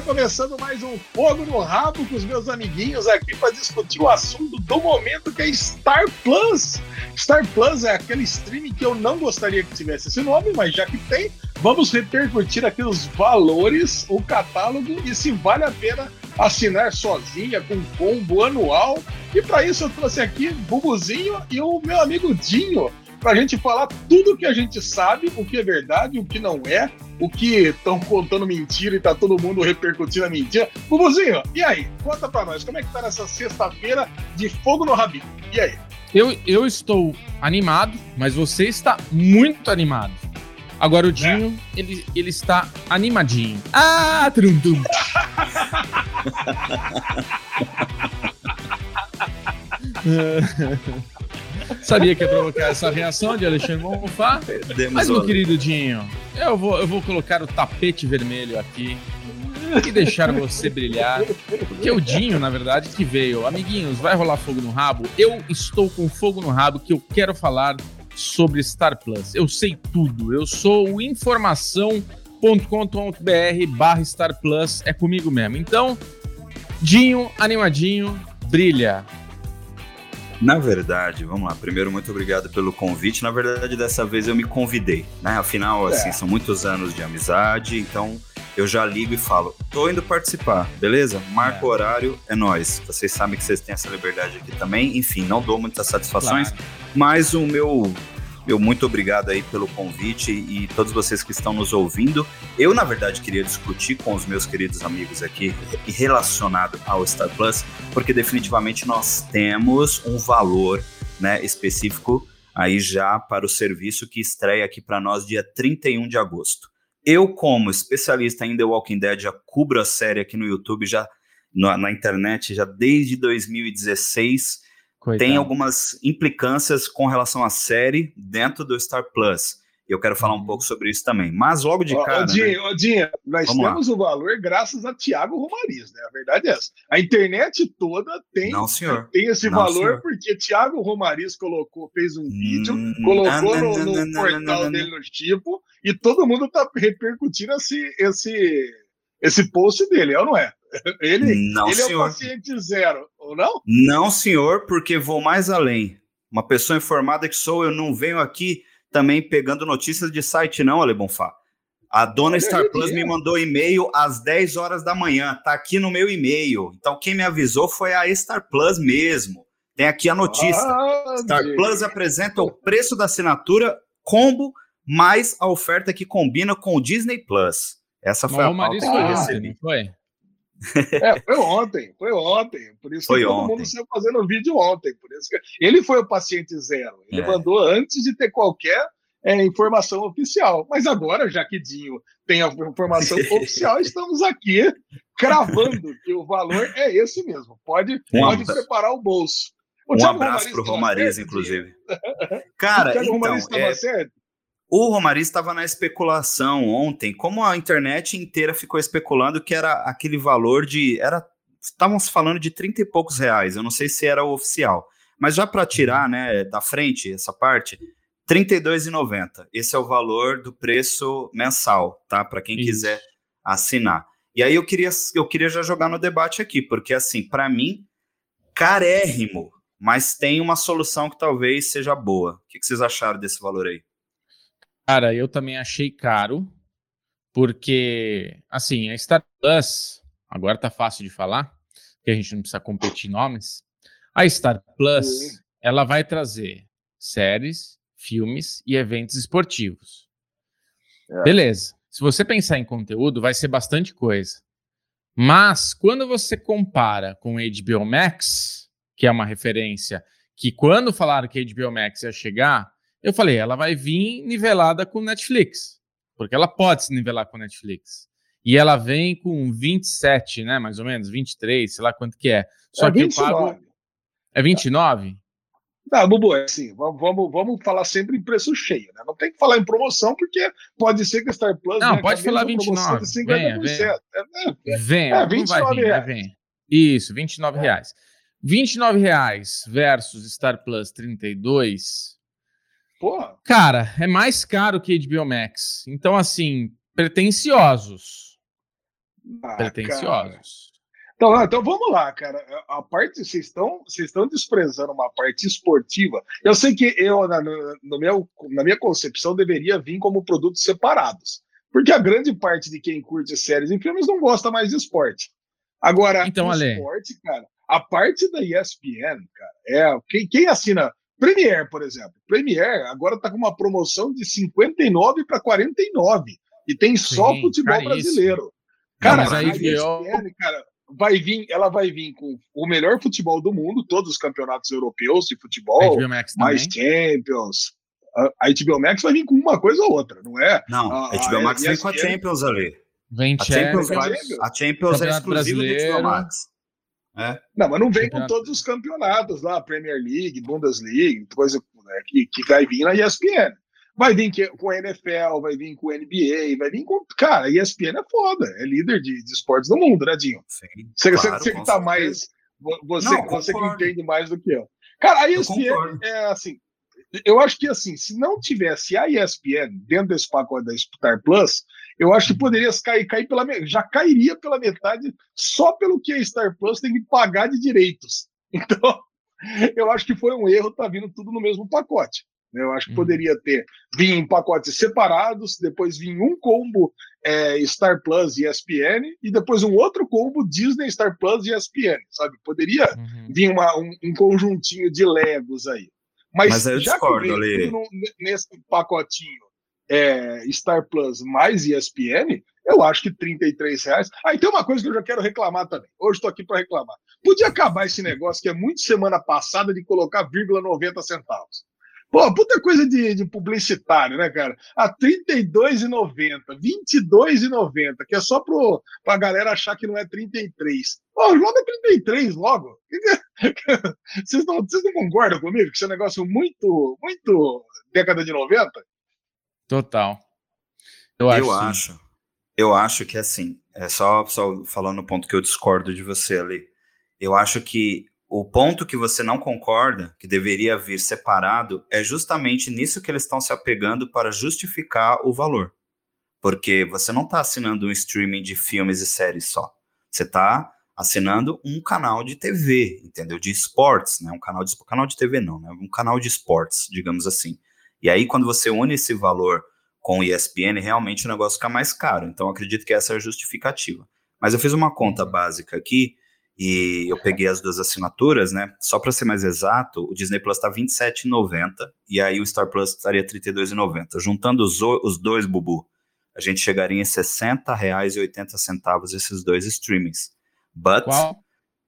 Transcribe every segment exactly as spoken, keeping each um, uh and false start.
começando mais um Fogo no Rabo com os meus amiguinhos aqui para discutir o assunto do momento, que é Star Plus. Star Plus é aquele streaming que eu não gostaria que tivesse esse nome, mas já que tem, vamos repercutir aqui os valores, o catálogo e se vale a pena assinar sozinha com combo anual. E para isso eu trouxe aqui Bubuzinho e o meu amigo Dinho, para a gente falar tudo o que a gente sabe, o que é verdade, o que não é, o que estão contando mentira e tá todo mundo repercutindo a mentira. Bubuzinho, e aí? Conta para nós, como é que tá nessa sexta-feira de Fogo no Rabinho? E aí? Eu, eu estou animado, mas você está muito animado. Agora o Dinho, é. ele, ele está animadinho. Ah, trum, trum. Sabia que ia provocar essa reação de Alexandre Bonfá. Mas, meu querido Dinho, eu vou, eu vou colocar o tapete vermelho aqui e deixar você brilhar. Porque o Dinho, na verdade, que veio. Amiguinhos, vai rolar fogo no rabo? Eu estou com fogo no rabo que eu quero falar sobre Star Plus. Eu sei tudo. Eu sou o informação ponto com ponto br barra Star Plus. É comigo mesmo. Então, Dinho, animadinho, brilha. Na verdade, vamos lá, primeiro muito obrigado pelo convite. Na verdade, dessa vez eu me convidei, né? Afinal, assim, é. são muitos anos de amizade, então eu já ligo e falo, tô indo participar, beleza? Marca o é. horário, é nóis. Vocês sabem que vocês têm essa liberdade aqui também. Enfim, não dou muitas satisfações, claro. Mas o meu... Meu muito obrigado aí pelo convite e todos vocês que estão nos ouvindo. Eu, na verdade, queria discutir com os meus queridos amigos aqui relacionado ao Star Plus, porque definitivamente nós temos um valor, né, específico aí já para o serviço que estreia aqui para nós dia trinta e um de agosto. Eu, como especialista em The Walking Dead, já cubro a série aqui no YouTube, já na, na internet, já desde dois mil e dezesseis. Coitado. Tem algumas implicâncias com relação à série dentro do Star Plus. Eu quero falar um pouco sobre isso também. Mas logo de cara... Ô, Dinho, né? Dinho, nós Vamos temos lá. o valor graças a Thiago Romariz, né? A verdade é essa. A internet toda tem, não, senhor. tem esse não, valor senhor. porque Thiago Romariz colocou, fez um vídeo, hum, colocou não, no, no não, não, portal não, não, dele no Tipo, e todo mundo tá repercutindo esse, esse, esse post dele, é ou não é? Ele, não, ele é senhor. o paciente zero, ou não? Não, senhor, porque vou mais além. Uma pessoa informada que sou, eu não venho aqui também pegando notícias de site não, Ale Bonfá. A dona Star Plus me mandou e-mail às dez horas da manhã, tá aqui no meu e-mail. Então quem me avisou foi a Star Plus mesmo. Tem aqui a notícia. Ah, Star Deus. Plus apresenta o preço da assinatura combo mais a oferta que combina com o Disney Plus. Essa foi Mas a pauta que eu recebi. Foi? É, foi ontem, foi ontem, por isso foi que todo ontem. mundo saiu fazendo vídeo ontem, por isso que ele foi o paciente zero, ele é. mandou antes de ter qualquer é, informação oficial, mas agora, já que Dinho tem a informação oficial, estamos aqui cravando que o valor é esse mesmo, pode, um pode abra... preparar o bolso. O um abraço para o Romariz, inclusive. Cara, o Thiago então, Romariz estava é... certo? O Romariz estava na especulação ontem, como a internet inteira ficou especulando que era aquele valor de... era estávamos falando de trinta e poucos reais, eu não sei se era o oficial. Mas já para tirar, né, da frente essa parte, trinta e dois reais e noventa centavos. Esse é o valor do preço mensal, tá? Para quem Isso. quiser assinar. E aí eu queria, eu queria já jogar no debate aqui, porque assim, para mim, carérrimo, mas tem uma solução que talvez seja boa. O que, que vocês acharam desse valor aí? Cara, eu também achei caro, porque, assim, a Star Plus, agora tá fácil de falar, porque a gente não precisa competir em nomes. A Star Plus, uhum. ela vai trazer séries, filmes e eventos esportivos. É. Beleza. Se você pensar em conteúdo, vai ser bastante coisa. Mas, quando você compara com o H B O Max, que é uma referência que quando falaram que a H B O Max ia chegar, eu falei, ela vai vir nivelada com Netflix, porque ela pode se nivelar com Netflix. E ela vem com vinte e sete, né, mais ou menos, vinte e três, sei lá quanto que é. Só é que vinte e nove. Eu pago... É vinte e nove? Tá, Bubu, é assim, vamos, vamos, vamos falar sempre em preço cheio, né? Não tem que falar em promoção, porque pode ser que a Star Plus... Não, pode falar vinte e nove. Venha, venha. É, vem, é, vinte e nove reais. Vem. Isso, vinte e nove reais. vinte e nove reais versus Star Plus trinta e dois... Porra. Cara, é mais caro que H B O Max. Então, assim, pretensiosos. Ah, pretensiosos. cara. Então, então vamos lá, cara. A parte, vocês estão, vocês estão desprezando uma parte esportiva. Eu sei que eu, na, no meu, na minha concepção, deveria vir como produtos separados. Porque a grande parte de quem curte séries e filmes não gosta mais de esporte. Agora, Então, o Ale, esporte, cara, a parte da E S P N, cara, é quem, quem assina Premiere, por exemplo. Premiere agora tá com uma promoção de cinquenta e nove para quarenta e nove e tem só sim, futebol caríssimo. brasileiro. Não, Cara, mas aí a E S P N, cara, vai vir, ela vai vir com o melhor futebol do mundo, todos os campeonatos europeus de a futebol, H B O Max mais também. Champions. A a H B O Max vai vir com uma coisa ou outra, não é? Não, a A, H B O a Max vem com a E S P N Champions ali. Vem A Champions, vai, Champions, a Champions é Campeonato exclusiva da H B O Brasileiro. Max. É. Não, mas não vem com Campeonato- todos os campeonatos lá, Premier League, Bundesliga, coisa né, que, que vai vir na E S P N. Vai vir que- com a N F L, vai vir com a N B A, vai vir com. Cara, a E S P N é foda, é líder de, de esportes do mundo, né, Dinho? Sim, Você, claro, você, você com que tá certeza. mais. Você, Não, você que concordo. entende mais do que eu. Cara, a Eu E S P N concordo. é assim. Eu acho que assim, se não tivesse a E S P N dentro desse pacote da Star Plus, eu acho que poderia cair, cair pela já cairia pela metade só pelo que a Star Plus tem que pagar de direitos. Então, eu acho que foi um erro tá vindo tudo no mesmo pacote. Eu acho que Uhum. poderia ter vir em pacotes separados, depois vir um combo é, Star Plus e E S P N e depois um outro combo Disney Star Plus e E S P N, sabe? Poderia Uhum. vir uma, um, um conjuntinho de Legos aí. Mas, Mas eu já discordo, que vem Ale. tudo no- nesse pacotinho é, Star Plus mais E S P N, eu acho que trinta e três reais. Aí tem uma coisa que eu já quero reclamar também. Hoje estou aqui para reclamar. Podia acabar esse negócio que é muito semana passada de colocar vírgula noventa centavos. Pô, puta coisa de, de publicitário, né, cara? A trinta e dois reais e noventa centavos, vinte e dois reais e noventa centavos, que é só pro, pra galera achar que não é trinta e três. Pô, joga trinta e três logo. Vocês não, vocês não concordam comigo que isso é um negócio muito, muito década de noventa? Total. Eu, Eu acho. sim. acho, eu acho que assim, é só, só falando no ponto que eu discordo de você ali. Eu acho que o ponto que você não concorda, que deveria vir separado, é justamente nisso que eles estão se apegando para justificar o valor. Porque você não está assinando um streaming de filmes e séries só. Você está assinando um canal de T V, entendeu? De esportes, né? Um canal de, canal de T V não, né? Um canal de esportes, digamos assim. E aí, quando você une esse valor com o E S P N, realmente o negócio fica mais caro. Então, eu acredito que essa é a justificativa. Mas eu fiz uma conta básica aqui, e eu peguei as duas assinaturas, né? Só para ser mais exato, o Disney Plus está vinte e sete reais e noventa centavos e aí o Star Plus estaria trinta e dois reais e noventa centavos. Juntando os, os dois, Bubu, a gente chegaria em sessenta reais e oitenta centavos esses dois streamings. But Qual?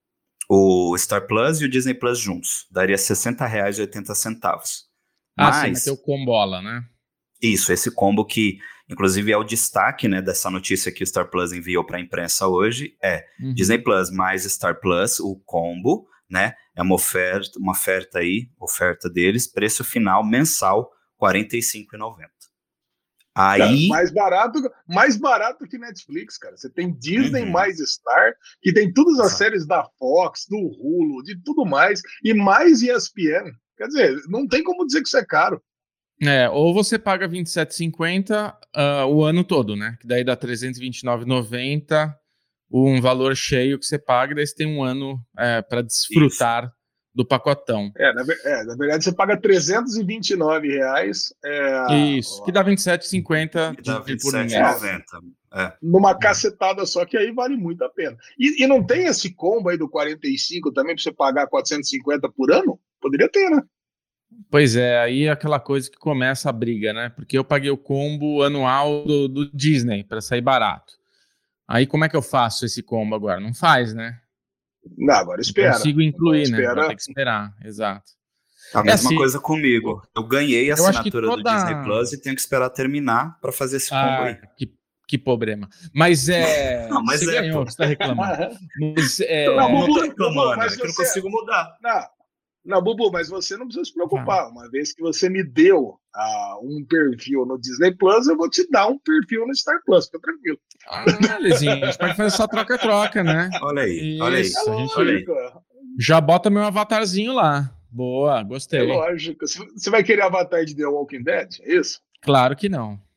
o Star Plus e o Disney Plus juntos daria sessenta reais e oitenta centavos. Ah, sim, Mas mas tem o combola, né? isso, esse combo que, inclusive, é o destaque, né, dessa notícia que o Star Plus enviou para a imprensa hoje, é Uhum. Disney Plus mais Star Plus, o combo, né, é uma oferta, uma oferta aí, oferta deles, preço final mensal, quarenta e cinco reais e noventa centavos. Aí... mais barato, mais barato que Netflix, cara. Você tem Disney Uhum. mais Star, que tem todas as Exato. séries da Fox, do Hulu, de tudo mais, e mais E S P N. Quer dizer, não tem como dizer que isso é caro. É, ou você paga vinte e sete reais e cinquenta centavos uh, o ano todo, né? Que daí dá trezentos e vinte e nove reais e noventa centavos, um valor cheio que você paga, e daí você tem um ano é, para desfrutar Isso. do pacotão. É na, é, na verdade você paga trezentos e vinte e nove reais. É, Isso, que dá vinte e sete reais e cinquenta centavos vinte e sete reais e noventa centavos. É. Numa cacetada só, que aí vale muito a pena. E, e não tem esse combo aí do quarenta e cinco também para você pagar quatrocentos e cinquenta por ano? Poderia ter, né? Pois é, aí é aquela coisa que começa a briga, né? Porque eu paguei o combo anual do, do Disney para sair barato. Aí como é que eu faço esse combo agora? Não faz, né? Não, agora espera. Não consigo incluir, agora né? Vai ter que esperar, exato. A é mesma assim, coisa comigo. Eu ganhei a eu assinatura toda... do Disney Plus e tenho que esperar terminar para fazer esse combo ah, aí. Que, que problema. Mas é... Não, mas você é, ganhou, pô. você tá reclamando. Mas, é... Não, não tô Bubu, reclamando, Bubu, mas é que eu você- não consigo mudar. Não, não, Bubu, mas você não precisa se preocupar. Uma vez que você me deu ah, um perfil no Disney Plus, eu vou te dar um perfil no Star Plus, fica tranquilo. Ah, Lezinho, a gente pode fazer só troca-troca, né? Olha aí, Isso, olha aí. a gente Olha aí. já bota meu avatarzinho lá. Boa, gostei. É lógico. Você vai querer avatar de The Walking Dead? É isso? Claro que não.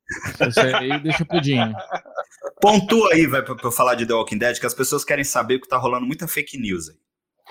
Esse aí deixa pudinho. Pontua aí, vai, pra, pra eu falar de The Walking Dead, que as pessoas querem saber que tá rolando muita fake news aí.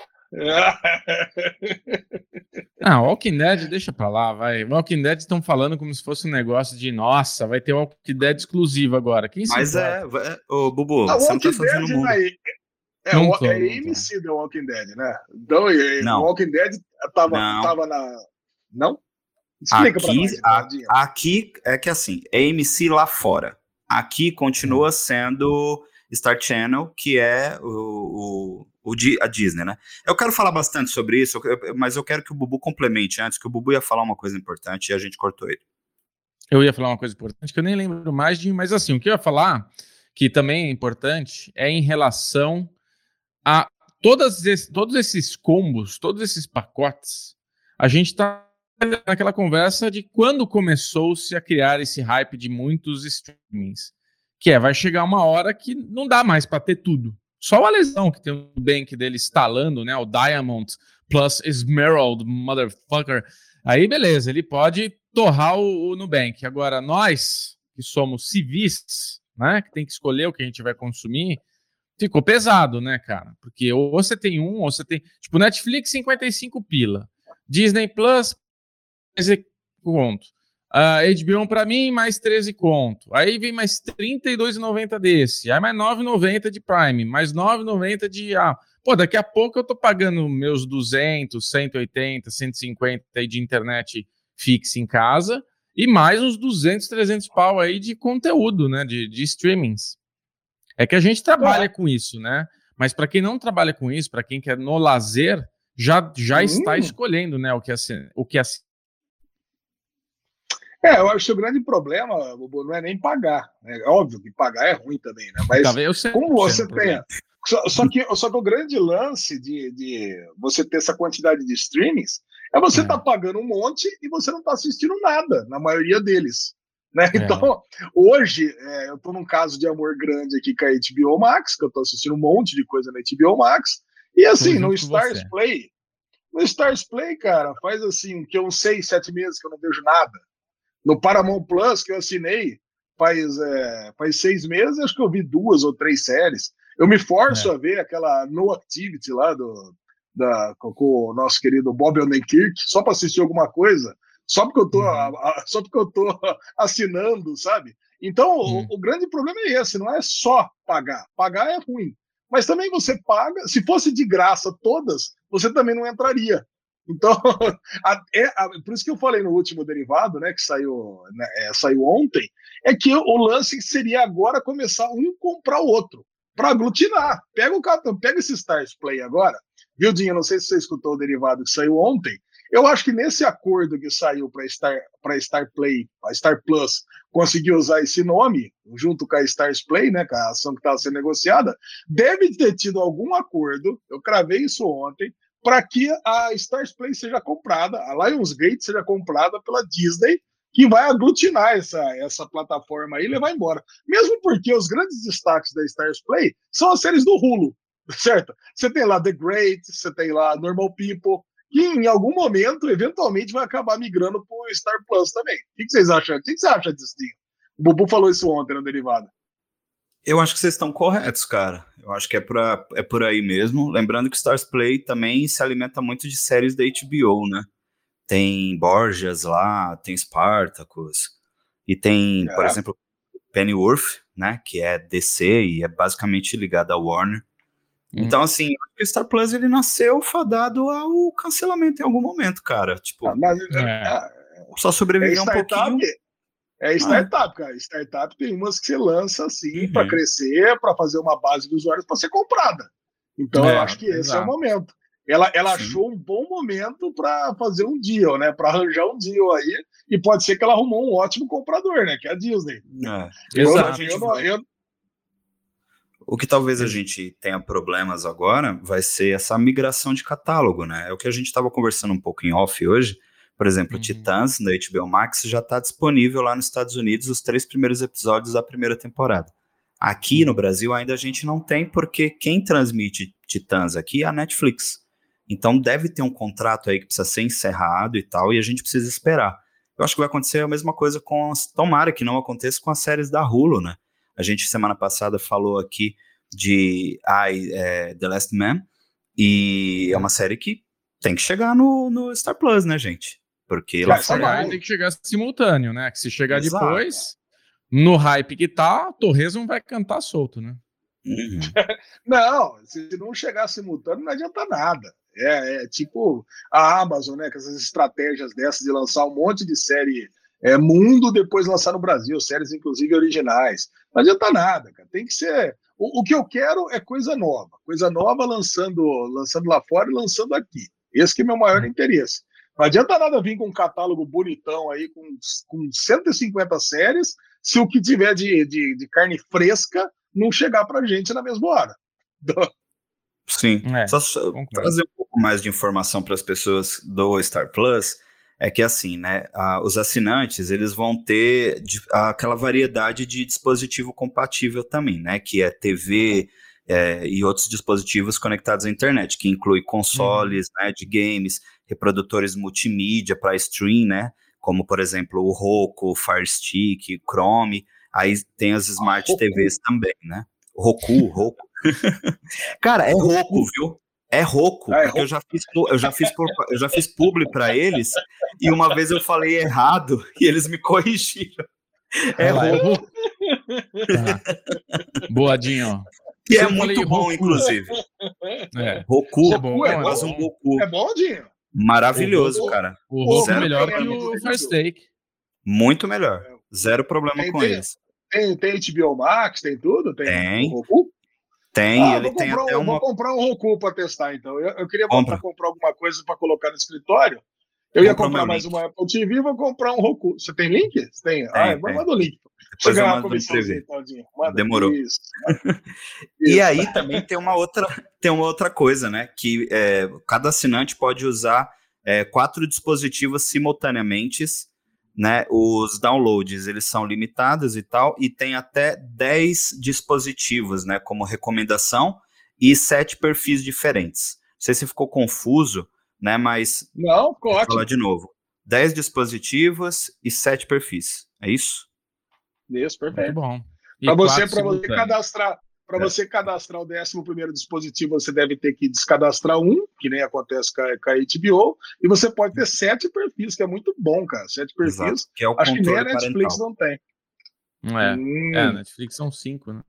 Ah, Walking Dead, deixa pra lá, vai. Walking Dead estão falando como se fosse um negócio de, nossa, vai ter Walking Dead exclusivo agora. Quem se Mas é, importa? é, ô Bubu, A você não Walking tá sozinho no Dead mundo. é, é, Não o- tô, é não A M C The Walking Dead, né? Então, e- Não. o Walking Dead tava, Não. tava na. Não? Explica pra Aqui, nós, a- Ronaldinho. aqui é que assim, A M C lá fora. Aqui continua sendo Star Channel, que é o, o, o Di- a Disney, né? Eu quero falar bastante sobre isso, eu- eu- mas eu quero que o Bubu complemente antes, que o Bubu ia falar uma coisa importante e a gente cortou ele. Eu ia falar uma coisa importante que eu nem lembro mais de, mas assim, o que eu ia falar, que também é importante, é em relação a todas esse- todos esses combos, todos esses pacotes. A gente está naquela conversa de quando começou-se a criar esse hype de muitos streamings, que é, vai chegar uma hora que não dá mais para ter tudo. Só o Alesão, que tem o Nubank dele instalando, né, o Diamond plus Emerald, motherfucker. Aí, beleza, ele pode torrar o, o Nubank. Agora, nós, que somos civis, né, que tem que escolher o que a gente vai consumir, ficou pesado, né, cara? Porque ou você tem um, ou você tem... Tipo, Netflix, cinquenta e cinco pila. Disney Plus, treze conto. Uh, H B O pra mim, mais treze conto. Aí vem mais trinta e dois reais e noventa centavos desse. Aí mais nove reais e noventa centavos de Prime. Mais nove reais e noventa centavos de... Ah, pô, daqui a pouco eu tô pagando meus duzentos, cento e oitenta, cento e cinquenta aí de internet fixa em casa e mais uns duzentos, trezentos pau aí de conteúdo, né? De, de streamings. É que a gente trabalha com isso, né? Mas para quem não trabalha com isso, para quem quer no lazer, já, já Hum. está escolhendo, né? O que assi- o que assi- É, eu acho que o grande problema, Bobo, não é nem pagar. Né? É óbvio que pagar é ruim também, né? Mas Tá, eu sei como que você não é um problema. tem. Só, só, que, só que o grande lance de, de você ter essa quantidade de streamings é você É. tá pagando um monte e você não tá assistindo nada, na maioria deles. Né? É. Então, hoje, é, eu tô num caso de amor grande aqui com a H B O Max, que eu tô assistindo um monte de coisa na H B O Max. E assim, Tô no junto com Stars você. Play, no Stars Play, cara, faz assim, que uns seis, sete meses que eu não vejo nada. No Paramount Plus, que eu assinei faz, é, faz seis meses, acho que eu vi duas ou três séries. Eu me forço É. a ver aquela No Activity lá do, da, com, com o nosso querido Bob Odenkirk, só para assistir alguma coisa, só porque eu tô, Uhum. a, a, só porque eu tô assinando, sabe? Então, Uhum. o, o grande problema é esse, não é só pagar. Pagar é ruim. Mas também você paga, se fosse de graça todas, você também não entraria. Então, a, é, a, por isso que eu falei no último derivado, né, que saiu, né, é, saiu ontem, é que o lance seria agora começar um comprar o outro, para aglutinar. Pega o cartão, pega esse Stars Play agora, viu, Dinho? Não sei se você escutou o derivado que saiu ontem. Eu acho que nesse acordo que saiu para Star, para Star Play, a Star Plus, conseguiu usar esse nome, junto com a Stars Play, né, com a ação que estava sendo negociada, deve ter tido algum acordo, eu cravei isso ontem, para que a Stars Play seja comprada, a Lionsgate seja comprada pela Disney, que vai aglutinar essa, essa plataforma aí e levar embora. Mesmo porque os grandes destaques da Stars Play são as séries do Hulu, certo? Você tem lá The Great, você tem lá Normal People, que em algum momento, eventualmente, vai acabar migrando para o Star Plus também. O que vocês acham? O que você acha disso? O Bubu falou isso ontem no derivado. Eu acho que vocês estão corretos, cara. Eu acho que é por, a, é por aí mesmo. Lembrando que o Stars Play também se alimenta muito de séries da H B O, né? Tem Borgias lá, tem Spartacus, e tem, É. por exemplo, Pennyworth, né? Que é D C e é basicamente ligado à Warner. Hum. Então, assim, o Star Plus ele nasceu fadado ao cancelamento em algum momento, cara. Tipo, Ah, mas, É. só sobreviver é um pouquinho. É startup, cara. Startup tem umas que você lança assim Uhum. para crescer, para fazer uma base de usuários para ser comprada. Então É, eu acho que esse exato. é o momento. Ela, ela Sim. achou um bom momento para fazer um deal, né? Para arranjar um deal aí. E pode ser que ela arrumou um ótimo comprador, né? Que é a Disney. É. Eu, Exato. A gente eu, não- vai- eu, O que talvez a Ex- gente tenha problemas agora vai ser essa migração de catálogo, né? É o que a gente estava conversando um pouco em off hoje. Por exemplo, Uhum. Titãs, da H B O Max, já está disponível lá nos Estados Unidos os três primeiros episódios da primeira temporada. Aqui no Brasil ainda a gente não tem, porque quem transmite Titãs aqui é a Netflix. Então deve ter um contrato aí que precisa ser encerrado e tal, e a gente precisa esperar. eu acho que vai acontecer a mesma coisa com as, tomara que não aconteça com as séries da Hulu, né? A gente semana passada falou aqui de I, é, The Last Man, e é uma série que tem que chegar no, no Star Plus, né, gente? Porque lá fora vai. Tem que chegar simultâneo, né? Que se chegar Exato. Depois, no hype que tá, Torresmo vai cantar solto, né? Uhum. Não, se não chegar simultâneo, não adianta nada. É, é tipo a Amazon, né? Com essas estratégias dessas de lançar um monte de série é, mundo, depois lançar no Brasil, séries inclusive originais. Não adianta nada, cara. Tem que ser. O, o que eu quero é coisa nova. Coisa nova lançando, lançando lá fora e lançando aqui. Esse que é meu maior interesse. Não adianta nada vir com um catálogo bonitão aí, com, com cento e cinquenta séries, se o que tiver de, de, de carne fresca não chegar pra gente na mesma hora. Sim, é, só, só trazer um pouco mais de informação para as pessoas do Star Plus, é que assim, né, a, os assinantes, eles vão ter de, a, aquela variedade de dispositivo compatível também, né, que é T V é, e outros dispositivos conectados à internet, que inclui consoles, uhum. né, de games, reprodutores multimídia para stream, né, como por exemplo o Roku, o Fire Stick, o Chrome, aí tem as Smart ah, T Vs também, né, Roku, Roku. Cara, é Roku, viu? É Roku, ah, é porque Roku. eu já fiz, eu já fiz, eu já fiz publi para eles e uma vez eu falei errado e eles me corrigiram. É Roku. Tá. Boadinho. Que é muito bom, Roku. Inclusive. É. Roku, é bom, é quase um Goku. É bom, Dinho? Maravilhoso, o Roku, cara. O Roku é melhor que o Fire Stick. Muito melhor. Zero problema tem, com tem, eles. Tem, tem H B O Max, tem tudo? Tem. Tem. O Roku? Tem, ah, ele tem comprar, até uma... Vou comprar um Roku para testar, então. Eu, eu queria Compra. comprar alguma coisa para colocar no escritório. Eu Compra ia comprar mais link. Uma Apple T V e vou comprar um Roku. Você tem link? Você tem? tem ah, tem. Manda o link. Depois Chegar eu na mando comissãozinha, então, manda. Demorou. Isso. E aí também tem uma outra, tem uma outra coisa, né? Que é, cada assinante pode usar é, quatro dispositivos simultaneamente, né? Os downloads, eles são limitados e tal, e tem até dez dispositivos, né? Como recomendação, e sete perfis diferentes. Não sei se ficou confuso, né? Mas não, ficou ótimo. Vou falar de novo. dez dispositivos e sete perfis. É isso? Isso, perfeito. Muito bom. Para você, para você cadastrar, para é. você cadastrar o décimo primeiro dispositivo, você deve ter que descadastrar um, que nem acontece com a, com a H B O, e você pode ter sete perfis, que é muito bom, cara. Sete perfis. Exato, que é o acho que nem a parental. Netflix não tem. É, hum. é, a Netflix são cinco, né?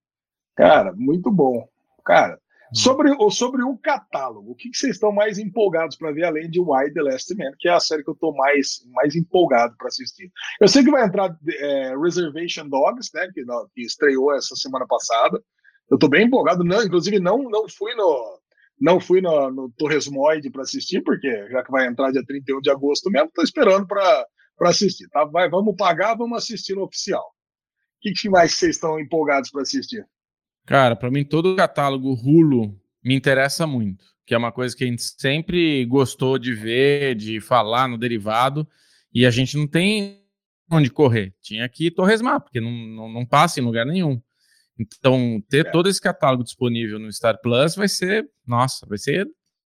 Cara, muito bom. Cara, sobre, sobre o catálogo, o que, que vocês estão mais empolgados para ver, além de Y The Last Man, que é a série que eu estou mais, mais empolgado para assistir? Eu sei que vai entrar é, Reservation Dogs, né, que, que estreou essa semana passada. Eu estou bem empolgado, não, inclusive não, não fui no, não fui no, no Torresmoide para assistir, porque já que vai entrar dia trinta e um de agosto mesmo, estou esperando para assistir. Tá? Vai, vamos pagar, vamos assistir no oficial. O que, que mais vocês estão empolgados para assistir? Cara, para mim todo o catálogo Hulu me interessa muito, que é uma coisa que a gente sempre gostou de ver, de falar no derivado, e a gente não tem onde correr. Tinha que torresmar, porque não, não, não passa em lugar nenhum. Então, ter é. todo esse catálogo disponível no Star Plus vai ser, nossa, vai ser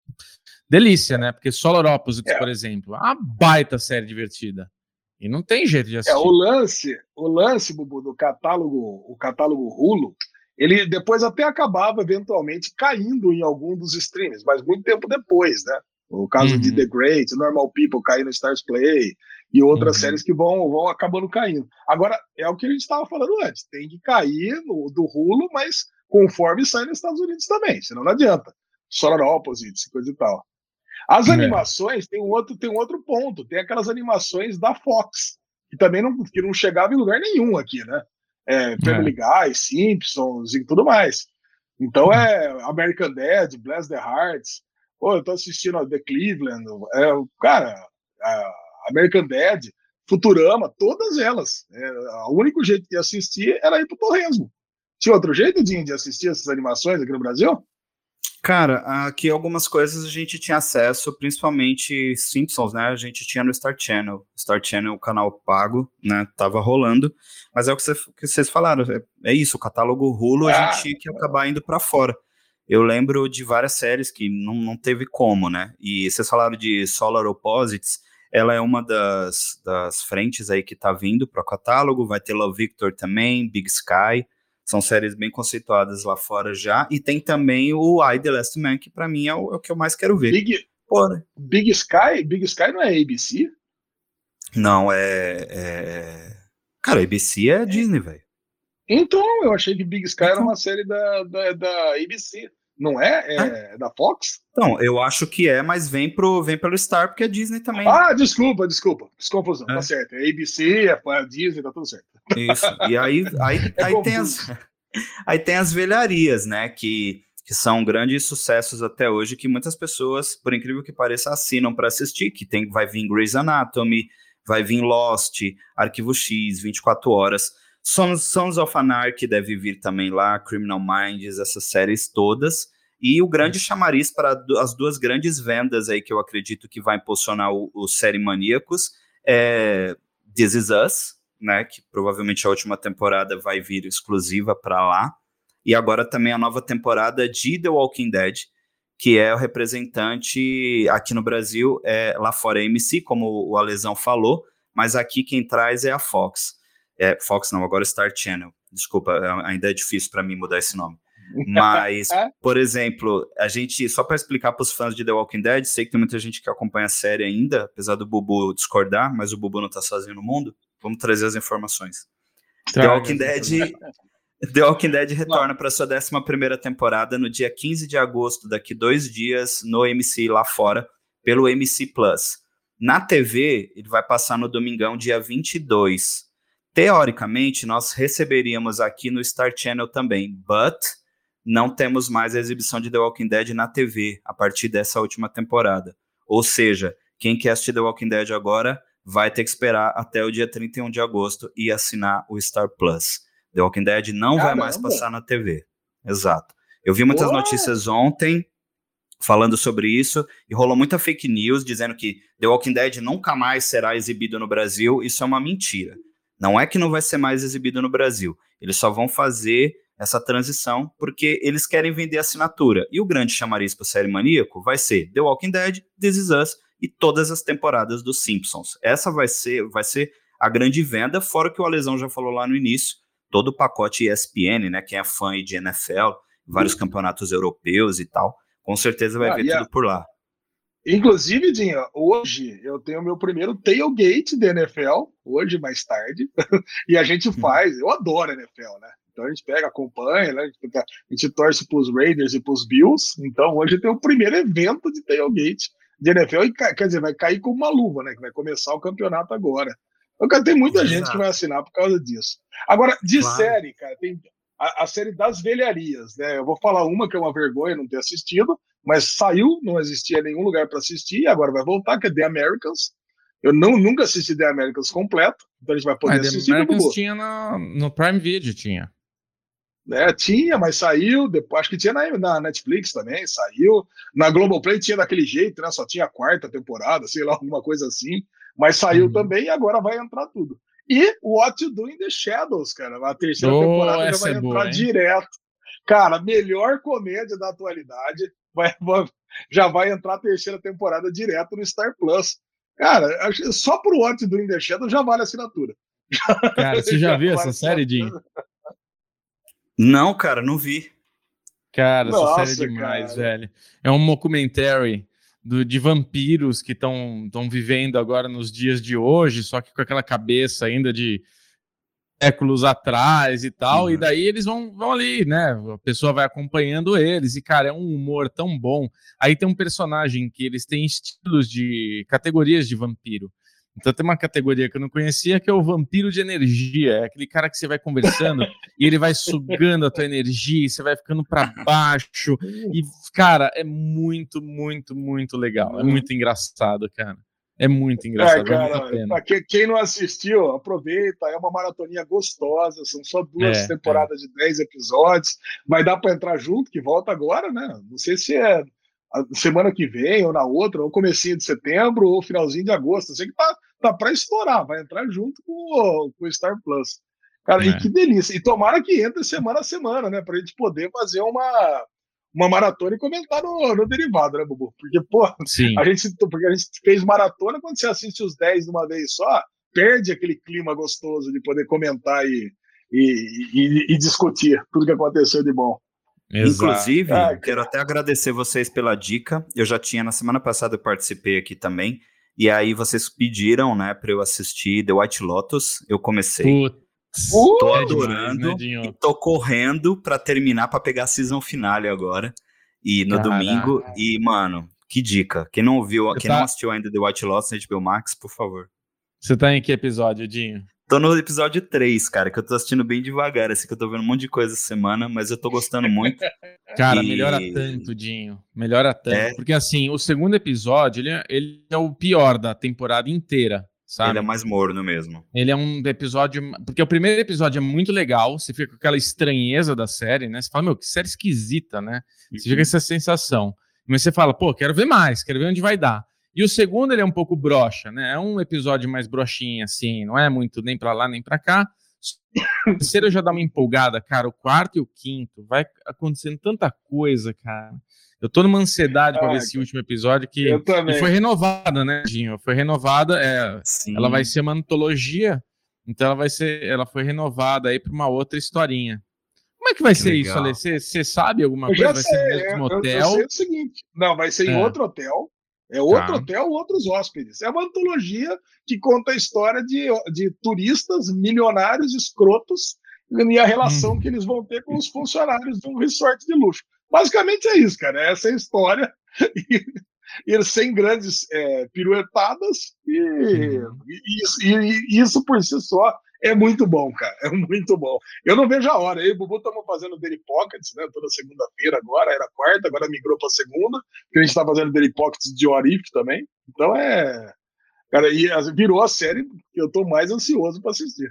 delícia, né? Porque Solar Opposites, é. por exemplo, é uma baita série divertida. E não tem jeito de assistir. É, o lance, o lance, Bubu, do catálogo, o catálogo Hulu, ele depois até acabava, eventualmente, caindo em algum dos streams, mas muito tempo depois, né? O caso uhum. de The Great, Normal People cair no Stars Play e outras uhum. séries que vão, vão acabando caindo. Agora, é o que a gente estava falando antes, tem que cair no, do Hulu, mas conforme sai nos Estados Unidos também, senão não adianta. Solar Opposites, coisa e tal. As é. animações, tem um, outro, tem um outro ponto, tem aquelas animações da Fox, que também não, que não chegava em lugar nenhum aqui, né? É, Family é. Guy, Simpsons e tudo mais. Então é American Dad, Bless the Hearts. Pô, eu tô assistindo a The Cleveland. É, cara, American Dad, Futurama, todas elas. É, o único jeito de assistir era ir pro Torresmo. Tinha outro jeito de, de assistir essas animações aqui no Brasil? Cara, aqui algumas coisas a gente tinha acesso, principalmente Simpsons, né? A gente tinha no Star Channel. Star Channel, o canal pago, né? Tava rolando. Mas é o que, você, que vocês falaram. É, é isso, o catálogo Hulu a ah, gente tinha que acabar indo para fora. Eu lembro de várias séries que não, não teve como, né? E vocês falaram de Solar Opposites. ela é uma das, das frentes aí que tá vindo para o catálogo, vai ter Love Victor também, Big Sky, são séries bem conceituadas lá fora já, e tem também o I, The Last Man, que para mim é o, é o que eu mais quero ver. Big, Porra. Big Sky? Big Sky não é A B C? Não, é... é... Cara, A B C é Disney, velho. Então, eu achei que Big Sky então... era uma série da, da, da A B C. Não é? É, é da Fox? Então, eu acho que é, mas vem, pro, vem pelo Star, porque é Disney também. Ah, desculpa, desculpa. Desconfusão, é. Tá certo. É A B C, é a Disney, tá tudo certo. Isso. E aí, aí, é aí, tem as, aí tem as velharias, né? Que, que são grandes sucessos até hoje, que muitas pessoas, por incrível que pareça, assinam para assistir. Que tem, vai vir Grey's Anatomy, vai vir Lost, Arquivo X, vinte e quatro horas. Sons, Sons of Anarchy deve vir também lá, Criminal Minds, essas séries todas. E o grande chamariz para as duas grandes vendas aí que eu acredito que vai impulsionar o, o Série Maníacos é This Is Us, né, que provavelmente a última temporada vai vir exclusiva para lá. E agora também a nova temporada de The Walking Dead, que é o representante aqui no Brasil, é, lá fora é A M C, como o Alesão falou, mas aqui quem traz é a Fox. É, Fox não, agora Star Channel. Desculpa, ainda é difícil para mim mudar esse nome. Mas, por exemplo, a gente, só para explicar para os fãs de The Walking Dead, sei que tem muita gente que acompanha a série ainda, apesar do Bubu discordar, mas o Bubu não tá sozinho no mundo, vamos trazer as informações. Traga. The Walking Dead, The Walking Dead retorna para sua décima primeira temporada no dia quinze de agosto, daqui dois dias, no A M C lá fora, pelo A M C Plus. Na T V, ele vai passar no domingão, dia vinte e dois. Teoricamente, nós receberíamos aqui no Star Channel também, but não temos mais a exibição de The Walking Dead na T V a partir dessa última temporada. Ou seja, quem quer assistir The Walking Dead agora vai ter que esperar até o dia trinta e um de agosto e assinar o Star Plus. The Walking Dead não Caramba. vai mais passar na T V. Exato. Eu vi muitas Ué? notícias ontem falando sobre isso e rolou muita fake news dizendo que The Walking Dead nunca mais será exibido no Brasil. Isso é uma mentira. Não é que não vai ser mais exibido no Brasil. Eles só vão fazer essa transição porque eles querem vender assinatura. E o grande chamariz para o Série Maníaco vai ser The Walking Dead, This Is Us e todas as temporadas dos Simpsons. Essa vai ser, vai ser a grande venda, fora que o Alesão já falou lá no início, todo o pacote E S P N, né, quem é fã de N F L, vários campeonatos europeus e tal, com certeza vai ah, ver tudo a... por lá. Inclusive, Dinho, hoje eu tenho meu primeiro tailgate de N F L, hoje mais tarde, e a gente faz, eu adoro N F L, né? Então a gente pega, acompanha, né? A gente, fica, a gente torce para os Raiders e para os Bills, então hoje tem o primeiro evento de tailgate de N F L, e, quer dizer, vai cair como uma luva, né? Que vai começar o campeonato agora. Então, tem muita Exato. gente que vai assinar por causa disso. Agora, de claro. série, cara, tem a, a série das velharias, né? Eu vou falar uma que é uma vergonha não ter assistido, mas saiu, não existia nenhum lugar para assistir, e agora vai voltar, que é The Americans. Eu não, nunca assisti The Americans completo, então a gente vai poder mas assistir. The Americans tinha no, no Prime Video, tinha. É, tinha, mas saiu, depois, acho que tinha na, na Netflix também, saiu. Na Globoplay tinha daquele jeito, né? Só tinha a quarta temporada, sei lá, alguma coisa assim. Mas saiu uhum. também e agora vai entrar tudo. E What You Do in the Shadows, cara. A terceira oh, temporada já vai é entrar boa, direto. Cara, melhor comédia da atualidade. Vai, vai, já vai entrar a terceira temporada direto no Star Plus. Cara, só pro What You Do in the Shadows já vale a assinatura. Cara, você já, já viu essa série, Dinho? Não, cara, não vi. Cara, Nossa, essa série é demais, cara. velho. É um documentary do, de vampiros que estão vivendo agora nos dias de hoje, só que com aquela cabeça ainda de séculos atrás e tal, uhum. e daí eles vão, vão ali, né? A pessoa vai acompanhando eles, e, cara, é um humor tão bom. Aí tem um personagem que eles têm estilos de categorias de vampiro. Então tem uma categoria que eu não conhecia, que é o vampiro de energia. É aquele cara que você vai conversando e ele vai sugando a tua energia, e você vai ficando para baixo. E, cara, é muito, muito, muito legal. É muito engraçado, cara. É muito engraçado. É, cara, é pra quem não assistiu, aproveita. É uma maratoninha gostosa. São só duas é, temporadas é. de dez episódios. Vai dar para entrar junto, que volta agora, né? Não sei se é a semana que vem, ou na outra, ou comecinho de setembro, ou finalzinho de agosto. Eu sei que tá, tá para estourar, vai entrar junto com o, com o Star Plus. Cara, é. e que delícia. E tomara que entre semana a semana, né? Pra gente poder fazer uma, uma maratona e comentar no, no derivado, né, Bubu? Porque, pô, Sim. a gente, porque a gente fez maratona, quando você assiste os dez de uma vez só, perde aquele clima gostoso de poder comentar e, e, e, e discutir tudo que aconteceu de bom. Exato. Inclusive, ah, quero até agradecer vocês pela dica. Eu já tinha, na semana passada eu participei aqui também, e aí vocês pediram, né, para eu assistir The White Lotus. Eu comecei. Putz, tô é adorando demais, né, e tô correndo para terminar, para pegar a season finale agora, e no Caraca. domingo. E, mano, que dica. Quem não viu, Você quem tá... não assistiu ainda The White Lotus na H B O Max, por favor. Você tá em que episódio, Dinho? Tô no episódio três, cara, que eu tô assistindo bem devagar, assim, que eu tô vendo um monte de coisa essa semana, mas eu tô gostando muito. Cara, e... melhora tanto, Dinho. Melhora tanto. É... Porque, assim, o segundo episódio, ele é, ele é o pior da temporada inteira, sabe? Ele é mais morno mesmo. Ele é um episódio... Porque o primeiro episódio é muito legal, você fica com aquela estranheza da série, né? Você fala, meu, que série esquisita, né? Você fica com essa sensação. Mas você fala, pô, quero ver mais, quero ver onde vai dar. E o segundo, ele é um pouco broxa, né? É um episódio mais broxinho, assim, não é muito nem pra lá, nem pra cá. O terceiro já dá uma empolgada, cara. O quarto e o quinto, vai acontecendo tanta coisa, cara. Eu tô numa ansiedade pra ver esse último episódio que eu também. E foi renovada, né, Dinho? Foi renovada, é, ela vai ser uma antologia, então ela vai ser, ela foi renovada aí pra uma outra historinha. Como é que vai que ser legal. Isso, Ale? Você, você sabe alguma eu coisa? Vai sei, ser no mesmo eu, hotel? Eu sei o seguinte, não, vai ser em é. outro hotel. É outro tá. hotel, outros hóspedes. É uma antologia que conta a história de, de turistas milionários escrotos e a relação hum. que eles vão ter com os funcionários de um resort de luxo. Basicamente é isso, cara. Essa é a história. E, e sem grandes é, piruetadas. E, hum. e, isso, e isso por si só é muito bom, cara. É muito bom. Eu não vejo a hora. Eu e o Bubu estamos fazendo Daily Pockets, né? Toda segunda-feira agora. Era quarta, agora migrou para segunda. Porque a gente está fazendo Daily Pockets de Orif também. Então é... Cara, e virou a série que eu estou mais ansioso para assistir.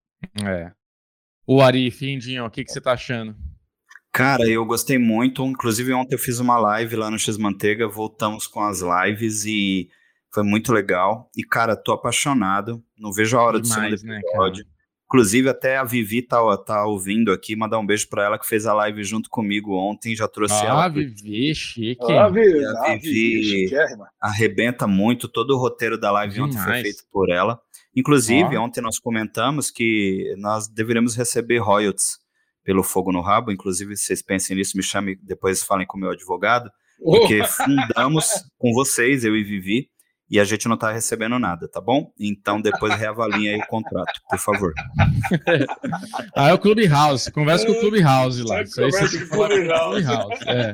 É. O Arif, Indinho, o que, que você tá achando? Cara, eu gostei muito. Inclusive, ontem eu fiz uma live lá no X-Manteiga. Voltamos com as lives e... foi muito legal. E, cara, tô apaixonado. Não vejo a hora Demais, do segundo episódio. Né, inclusive, até a Vivi tá, tá ouvindo aqui. Mandar um beijo pra ela que fez a live junto comigo ontem. Já trouxe ah, ela. Ah, Vivi, chique. Ah, Vivi, a Vivi ah, arrebenta muito. Todo o roteiro da live Demais. Ontem foi feito por ela. Inclusive, ah. ontem nós comentamos que nós deveríamos receber royalties pelo Fogo no Rabo. Inclusive, vocês pensem nisso, me chamem, depois falem com o meu advogado. Porque oh. fundamos com vocês, eu e Vivi, e a gente não tá recebendo nada, tá bom? Então depois reavaliem aí o contrato, por favor. Ah, é o Clubhouse, conversa com o Clubhouse lá. Isso aí você com o Clubhouse. Clubhouse. É.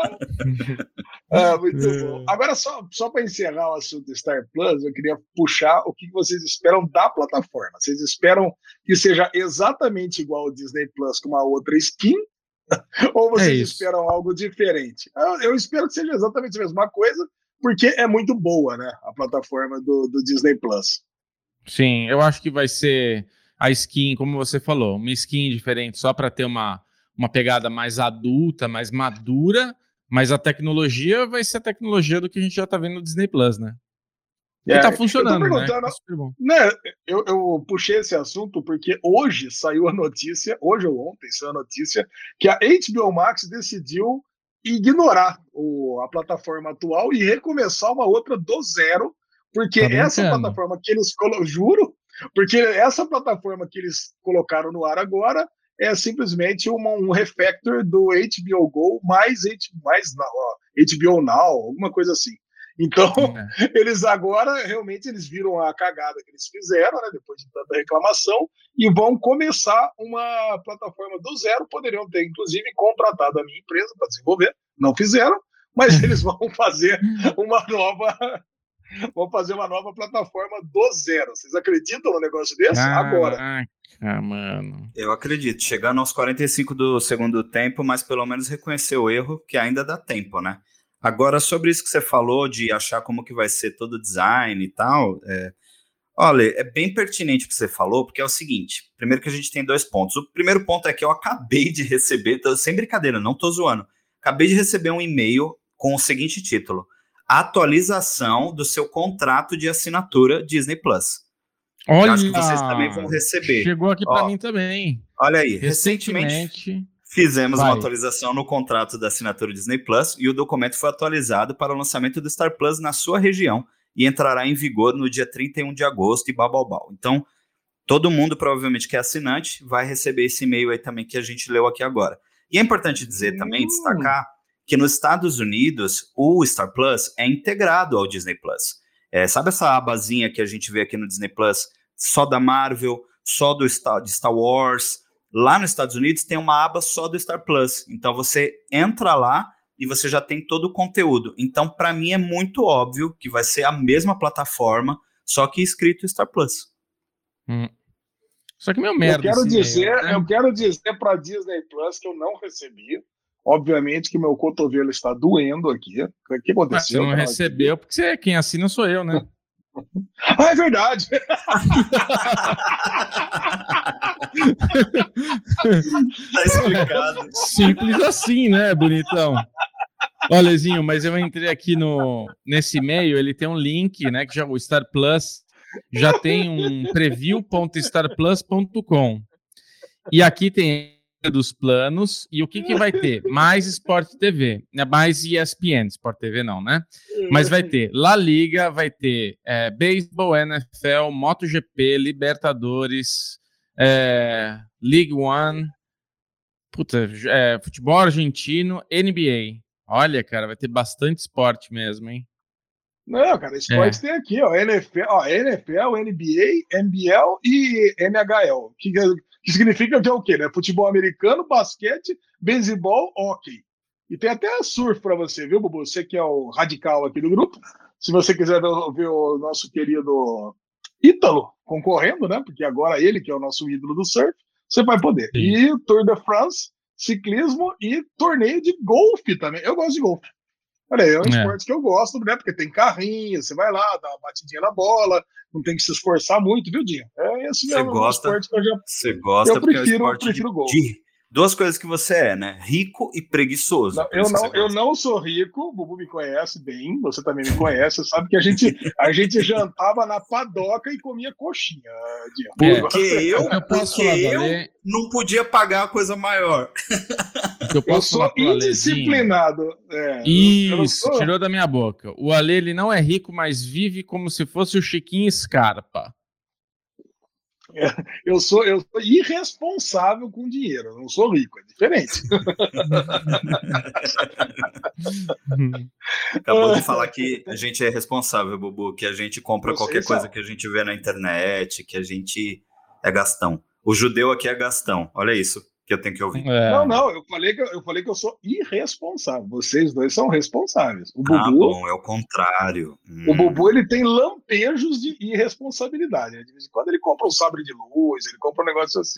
Ah, muito é. bom. Agora, só, só para encerrar o assunto Star Plus, eu queria puxar o que vocês esperam da plataforma. Vocês esperam que seja exatamente igual ao Disney Plus com uma outra skin? Ou vocês é esperam algo diferente? Eu, eu espero que seja exatamente a mesma coisa, porque é muito boa, né, a plataforma do, do Disney Plus. Sim, eu acho que vai ser a skin, como você falou, uma skin diferente, só para ter uma, uma pegada mais adulta, mais madura, mas a tecnologia vai ser a tecnologia do que a gente já tá vendo no Disney Plus, né? E é, tá funcionando, né? Tá super bom. né eu, eu puxei esse assunto porque hoje saiu a notícia, hoje ou ontem saiu a notícia, que a H B O Max decidiu ignorar o, a plataforma atual e recomeçar uma outra do zero, porque tá essa plataforma que eles colocaram, juro, porque essa plataforma que eles colocaram no ar agora é simplesmente uma, um refactor do H B O Go mais, mais ó, H B O Now, alguma coisa assim. Então, é. eles agora, realmente, eles viram a cagada que eles fizeram, né, depois de tanta reclamação, e vão começar uma plataforma do zero. Poderiam ter, inclusive, contratado a minha empresa para desenvolver, não fizeram, mas eles vão fazer uma nova vão fazer uma nova plataforma do zero. Vocês acreditam no negócio desse? Caraca, agora. Ah, mano. Eu acredito. Chegar nos quarenta e cinco do segundo tempo, mas pelo menos reconhecer o erro, que ainda dá tempo, né? Agora, sobre isso que você falou, de achar como que vai ser todo o design e tal, é... olha, é bem pertinente o que você falou, porque é o seguinte, primeiro que a gente tem dois pontos. O primeiro ponto é que eu acabei de receber, tô, sem brincadeira, não tô zoando, acabei de receber um e-mail com o seguinte título: atualização do seu contrato de assinatura Disney Plus. Olha, eu acho que vocês também vão receber. Chegou aqui para mim também. Olha aí, recentemente... recentemente Fizemos Vai. uma atualização no contrato da assinatura Disney Plus e o documento foi atualizado para o lançamento do Star Plus na sua região e entrará em vigor no dia trinta e um de agosto e babau. Então, todo mundo, provavelmente, que é assinante, vai receber esse e-mail aí também que a gente leu aqui agora. E é importante dizer também, destacar, que nos Estados Unidos, o Star Plus é integrado ao Disney Plus. É, sabe essa abazinha que a gente vê aqui no Disney Plus, só da Marvel, só do Star, de Star Wars? Lá nos Estados Unidos tem uma aba só do Star Plus. Então, você entra lá e você já tem todo o conteúdo. Então, para mim, é muito óbvio que vai ser a mesma plataforma, só que escrito Star Plus. Hum. Só que meu merda. Eu quero dizer, e-mail, né? eu quero dizer para Disney Plus que eu não recebi. Obviamente que meu cotovelo está doendo aqui. O que aconteceu? Mas você não recebeu, porque você, quem assina sou eu, né? Ah, é verdade! Tá explicado. Simples assim, né, bonitão? Olha, Lezinho, mas eu entrei aqui no, nesse e-mail, ele tem um link, né, que já, o Star Plus já tem um preview ponto star plus ponto com. E aqui tem dos planos, e o que que vai ter? Mais Sport T V, né? Mais E S P N, Sport T V não, né? Mas vai ter La Liga, vai ter é, Baseball, N F L, MotoGP, Libertadores, é, League One, puta, é, futebol argentino, N B A. Olha, cara, vai ter bastante esporte mesmo, hein? Não, cara, esporte é. Tem aqui, ó, N F L, ó, N F L, N B A, N B L e N H L, que, que significa que é o quê, né? Futebol americano, basquete, beisebol, hóquei. E tem até surf para você, viu, Bubu? Você que é o radical aqui do grupo. Se você quiser ver, ver o nosso querido Ítalo concorrendo, né? Porque agora ele que é o nosso ídolo do surf, você vai poder. Sim. E Tour de France, ciclismo e torneio de golfe também. Eu gosto de golfe. Olha, é um é. esporte que eu gosto, né? Porque tem carrinho, você vai lá, dá uma batidinha na bola, não tem que se esforçar muito, viu, Dinho? É esse mesmo gosta, esporte que eu já. Você gosta eu prefiro, porque é um esporte prefiro de, golfe. De duas coisas que você é, né? Rico e preguiçoso. Não, eu, não, eu não sou rico, o Bubu me conhece bem, você também me conhece, sabe que a gente, a gente jantava na padoca e comia coxinha. É, porque eu, eu, porque eu não podia pagar a coisa maior. Eu, posso eu sou indisciplinado. É, Isso, sou... tirou da minha boca. O Ale, ele não é rico, mas vive como se fosse o Chiquinho Scarpa. Eu sou, eu sou irresponsável com dinheiro, eu não sou rico, é diferente. Acabou de falar que a gente é responsável, Bubu, que a gente compra Vocês qualquer coisa que a gente vê na internet, que a gente é gastão. O judeu aqui é gastão, olha isso que eu tenho que ouvir. É. Não, não, eu falei, que, eu falei que eu sou irresponsável. Vocês dois são responsáveis. O Bubu, ah, bom, é o contrário. O hum. Bubu, ele tem lampejos de irresponsabilidade. Né? De vez em quando ele compra um sabre de luz, ele compra um negócio assim.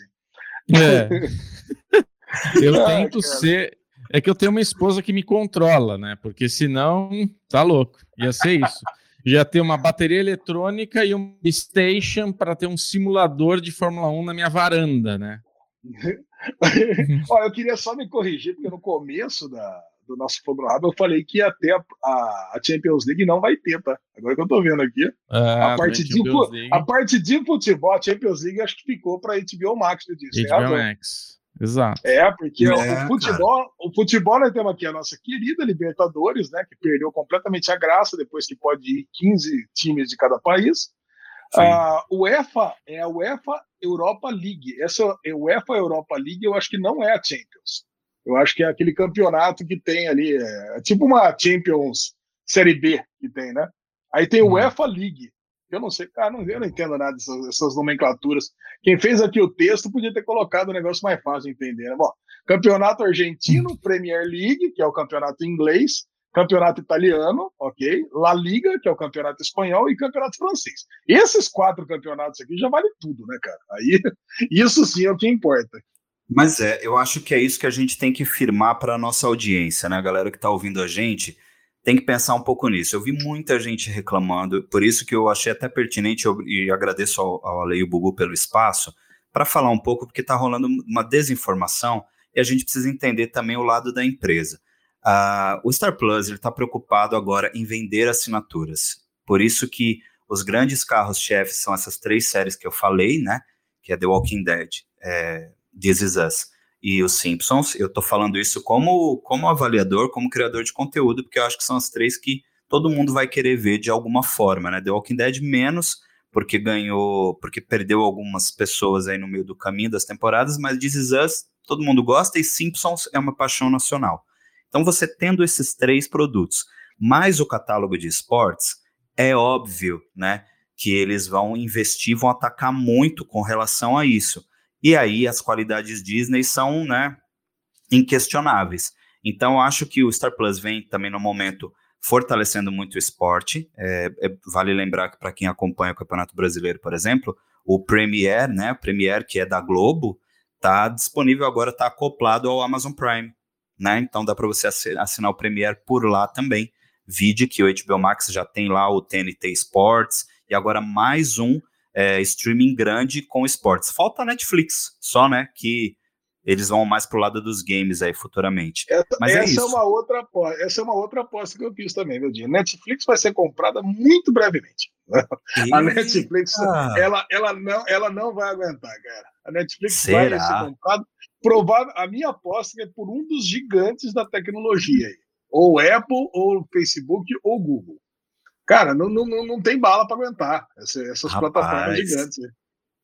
É. Eu ah, tento cara. ser... É que eu tenho uma esposa que me controla, né? Porque senão, tá louco. Ia ser isso. Já ter uma bateria eletrônica e um station para ter um simulador de Fórmula um na minha varanda, né? Olha, eu queria só me corrigir, porque no começo da, do nosso programa eu falei que ia ter a, a, a Champions League, não vai ter, tá? Agora que eu tô vendo aqui. Ah, a, parte de, a parte de futebol, a Champions League, acho que ficou para H B O Max, eu disse. H B O Max, exato. É, porque é, o, futebol, o futebol, nós temos aqui a nossa querida Libertadores, né? Que perdeu completamente a graça depois que pode ir quinze times de cada país. A uh, UEFA é a UEFA Europa League. Essa UEFA Europa League eu acho que não é a Champions. Eu acho que é aquele campeonato que tem ali, é, é tipo uma Champions Série B que tem, né? Aí tem o uhum. UEFA League. Eu não sei, cara, não, eu não entendo nada dessas, dessas nomenclaturas. Quem fez aqui o texto podia ter colocado um negócio mais fácil de entender, né? Bom, campeonato argentino, uhum. Premier League, que é o campeonato inglês, campeonato italiano, ok? La Liga, que é o campeonato espanhol, e campeonato francês. Esses quatro campeonatos aqui já vale tudo, né, cara? Aí, isso sim é o que importa. Mas é, eu acho que é isso que a gente tem que firmar para a nossa audiência, né? A galera que está ouvindo a gente tem que pensar um pouco nisso. Eu vi muita gente reclamando, por isso que eu achei até pertinente, eu, e agradeço ao, ao Ale e o Bubu pelo espaço, para falar um pouco, porque está rolando uma desinformação e a gente precisa entender também o lado da empresa. Uh, o Star Plus está preocupado agora em vender assinaturas, por isso que os grandes carros-chefes são essas três séries que eu falei, né, que é The Walking Dead, é, This Is Us e os Simpsons. Eu tô falando isso como, como avaliador, como criador de conteúdo, porque eu acho que são as três que todo mundo vai querer ver de alguma forma, né? The Walking Dead menos, porque ganhou, porque perdeu algumas pessoas aí no meio do caminho das temporadas, mas This Is Us todo mundo gosta e Simpsons é uma paixão nacional. Então você tendo esses três produtos, mais o catálogo de esportes, é óbvio, né, que eles vão investir, vão atacar muito com relação a isso. E aí as qualidades Disney são, né, inquestionáveis. Então, acho que o Star Plus vem também no momento fortalecendo muito o esporte. É, é, vale lembrar que para quem acompanha o Campeonato Brasileiro, por exemplo, o Premier, né, o Premier, que é da Globo, está disponível agora, está acoplado ao Amazon Prime, né? Então dá para você assinar o Premier por lá também. Vide que o H B O Max já tem lá o T N T Sports e agora mais um é, streaming grande com esportes. Falta a Netflix, só, né, que eles vão mais pro lado dos games aí futuramente. Essa, Mas essa é isso. É uma outra aposta, essa é uma outra aposta que eu fiz também, meu dia. Netflix vai ser comprada muito brevemente. Eita. A Netflix, ela, ela, não, ela não vai aguentar, cara. A Netflix Será? vai ser comprada. Provável, a minha aposta é por um dos gigantes da tecnologia aí. Ou Apple, ou Facebook, ou Google. Cara, não, não, não tem bala para aguentar essa, essas Rapaz. plataformas gigantes aí.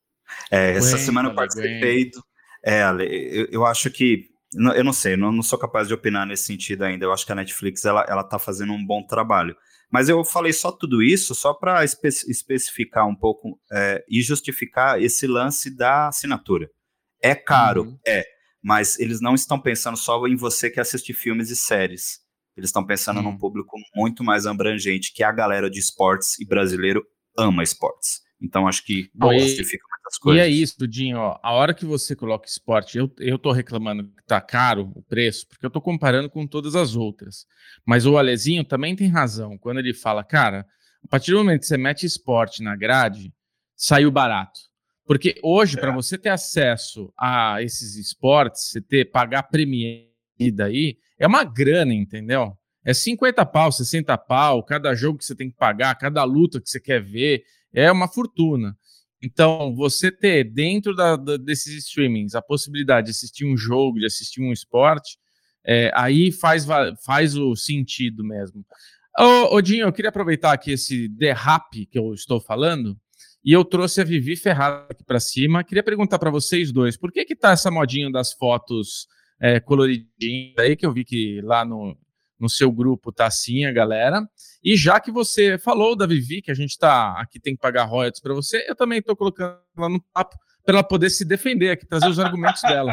É, essa Aguenta, semana eu participei do... É, Ale, eu, eu acho que, eu não sei, eu não, não sou capaz de opinar nesse sentido ainda, eu acho que a Netflix, ela, ela tá fazendo um bom trabalho, mas eu falei só tudo isso, só para espe especificar um pouco é, e justificar esse lance da assinatura. É caro, uhum. é, mas eles não estão pensando só em você que assiste filmes e séries, eles estão pensando uhum. num público muito mais abrangente, que é a galera de esportes, e brasileiro ama esportes. Então, acho que bom, justifica muitas coisas. E é isso, Dinho, ó, a hora que você coloca esporte, eu, eu tô reclamando que tá caro o preço, porque eu tô comparando com todas as outras. Mas o Alezinho também tem razão, quando ele fala, cara, a partir do momento que você mete esporte na grade, saiu barato. Porque hoje, é. para você ter acesso a esses esportes, você ter, pagar Premier daí, é uma grana, entendeu? É cinquenta pau, sessenta pau, cada jogo que você tem que pagar, cada luta que você quer ver, é uma fortuna. Então, você ter dentro da, da, desses streamings a possibilidade de assistir um jogo, de assistir um esporte, é, aí faz, faz o sentido mesmo. Ô, ô, Dinho, eu queria aproveitar aqui esse derrape que eu estou falando, e eu trouxe a Vivi Ferrara aqui para cima. Queria perguntar para vocês dois, por que que tá essa modinha das fotos é, coloridinhas aí, que eu vi que lá no... no seu grupo tá assim a galera, e já que você falou da Vivi, que a gente tá aqui, tem que pagar royalties para você, eu também tô colocando ela no papo para ela poder se defender aqui, trazer os argumentos dela.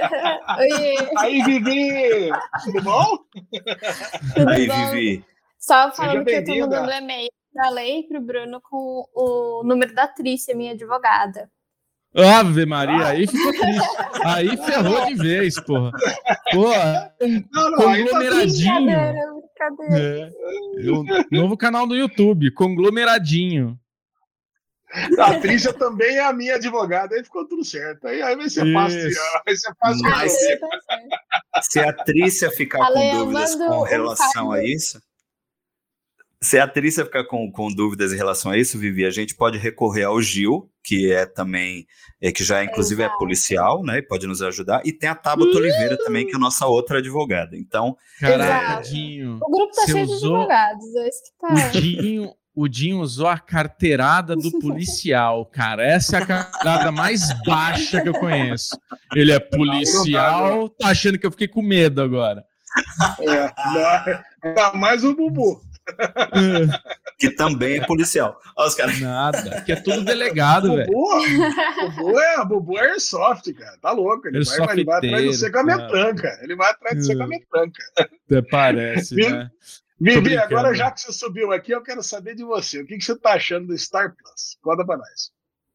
Aí, Vivi! Tudo bom? Tudo aí, bom? Vivi. Só falando que eu tô mandando um e-mail pra Lei e pro Bruno com o número da Trícia, minha advogada. Ave Maria, aí ficou triste. Aí ferrou de vez, porra. Porra, um não, não, conglomeradinho. Tá brincadeira, é, um novo canal do YouTube, conglomeradinho. A Trícia também é a minha advogada, aí ficou tudo certo. Aí, aí vai ser fácil. Vai ser fácil. Mas, se, se a Trícia ficar Ale, com dúvidas com relação um a isso... Se a Trícia ficar com, com dúvidas em relação a isso, Vivi, a gente pode recorrer ao Gil, que é também, é, que já inclusive Exato. é policial, né, e pode nos ajudar, e tem a Tabata uhum. Oliveira também, que é a nossa outra advogada. Então, Caradinho, o grupo tá cheio de advogados, é isso que tá. O Dinho, o Dinho usou a carteirada do policial, cara. Essa é a carteirada mais baixa que eu conheço. Ele é policial, tá achando que eu fiquei com medo agora. É, tá mais o Bubu. Que também é policial. Olha os caras. Nada, que é tudo delegado, velho. O Bubu é, Bubu é airsoft, cara. Tá louco. Ele, vai, ele vai atrás de você com a metranca. Ele vai atrás de você com a metranca. Até parece, né? Vivi, agora já que você subiu aqui, eu quero saber de você. O que, que você tá achando do Star Plus? Conta pra nós.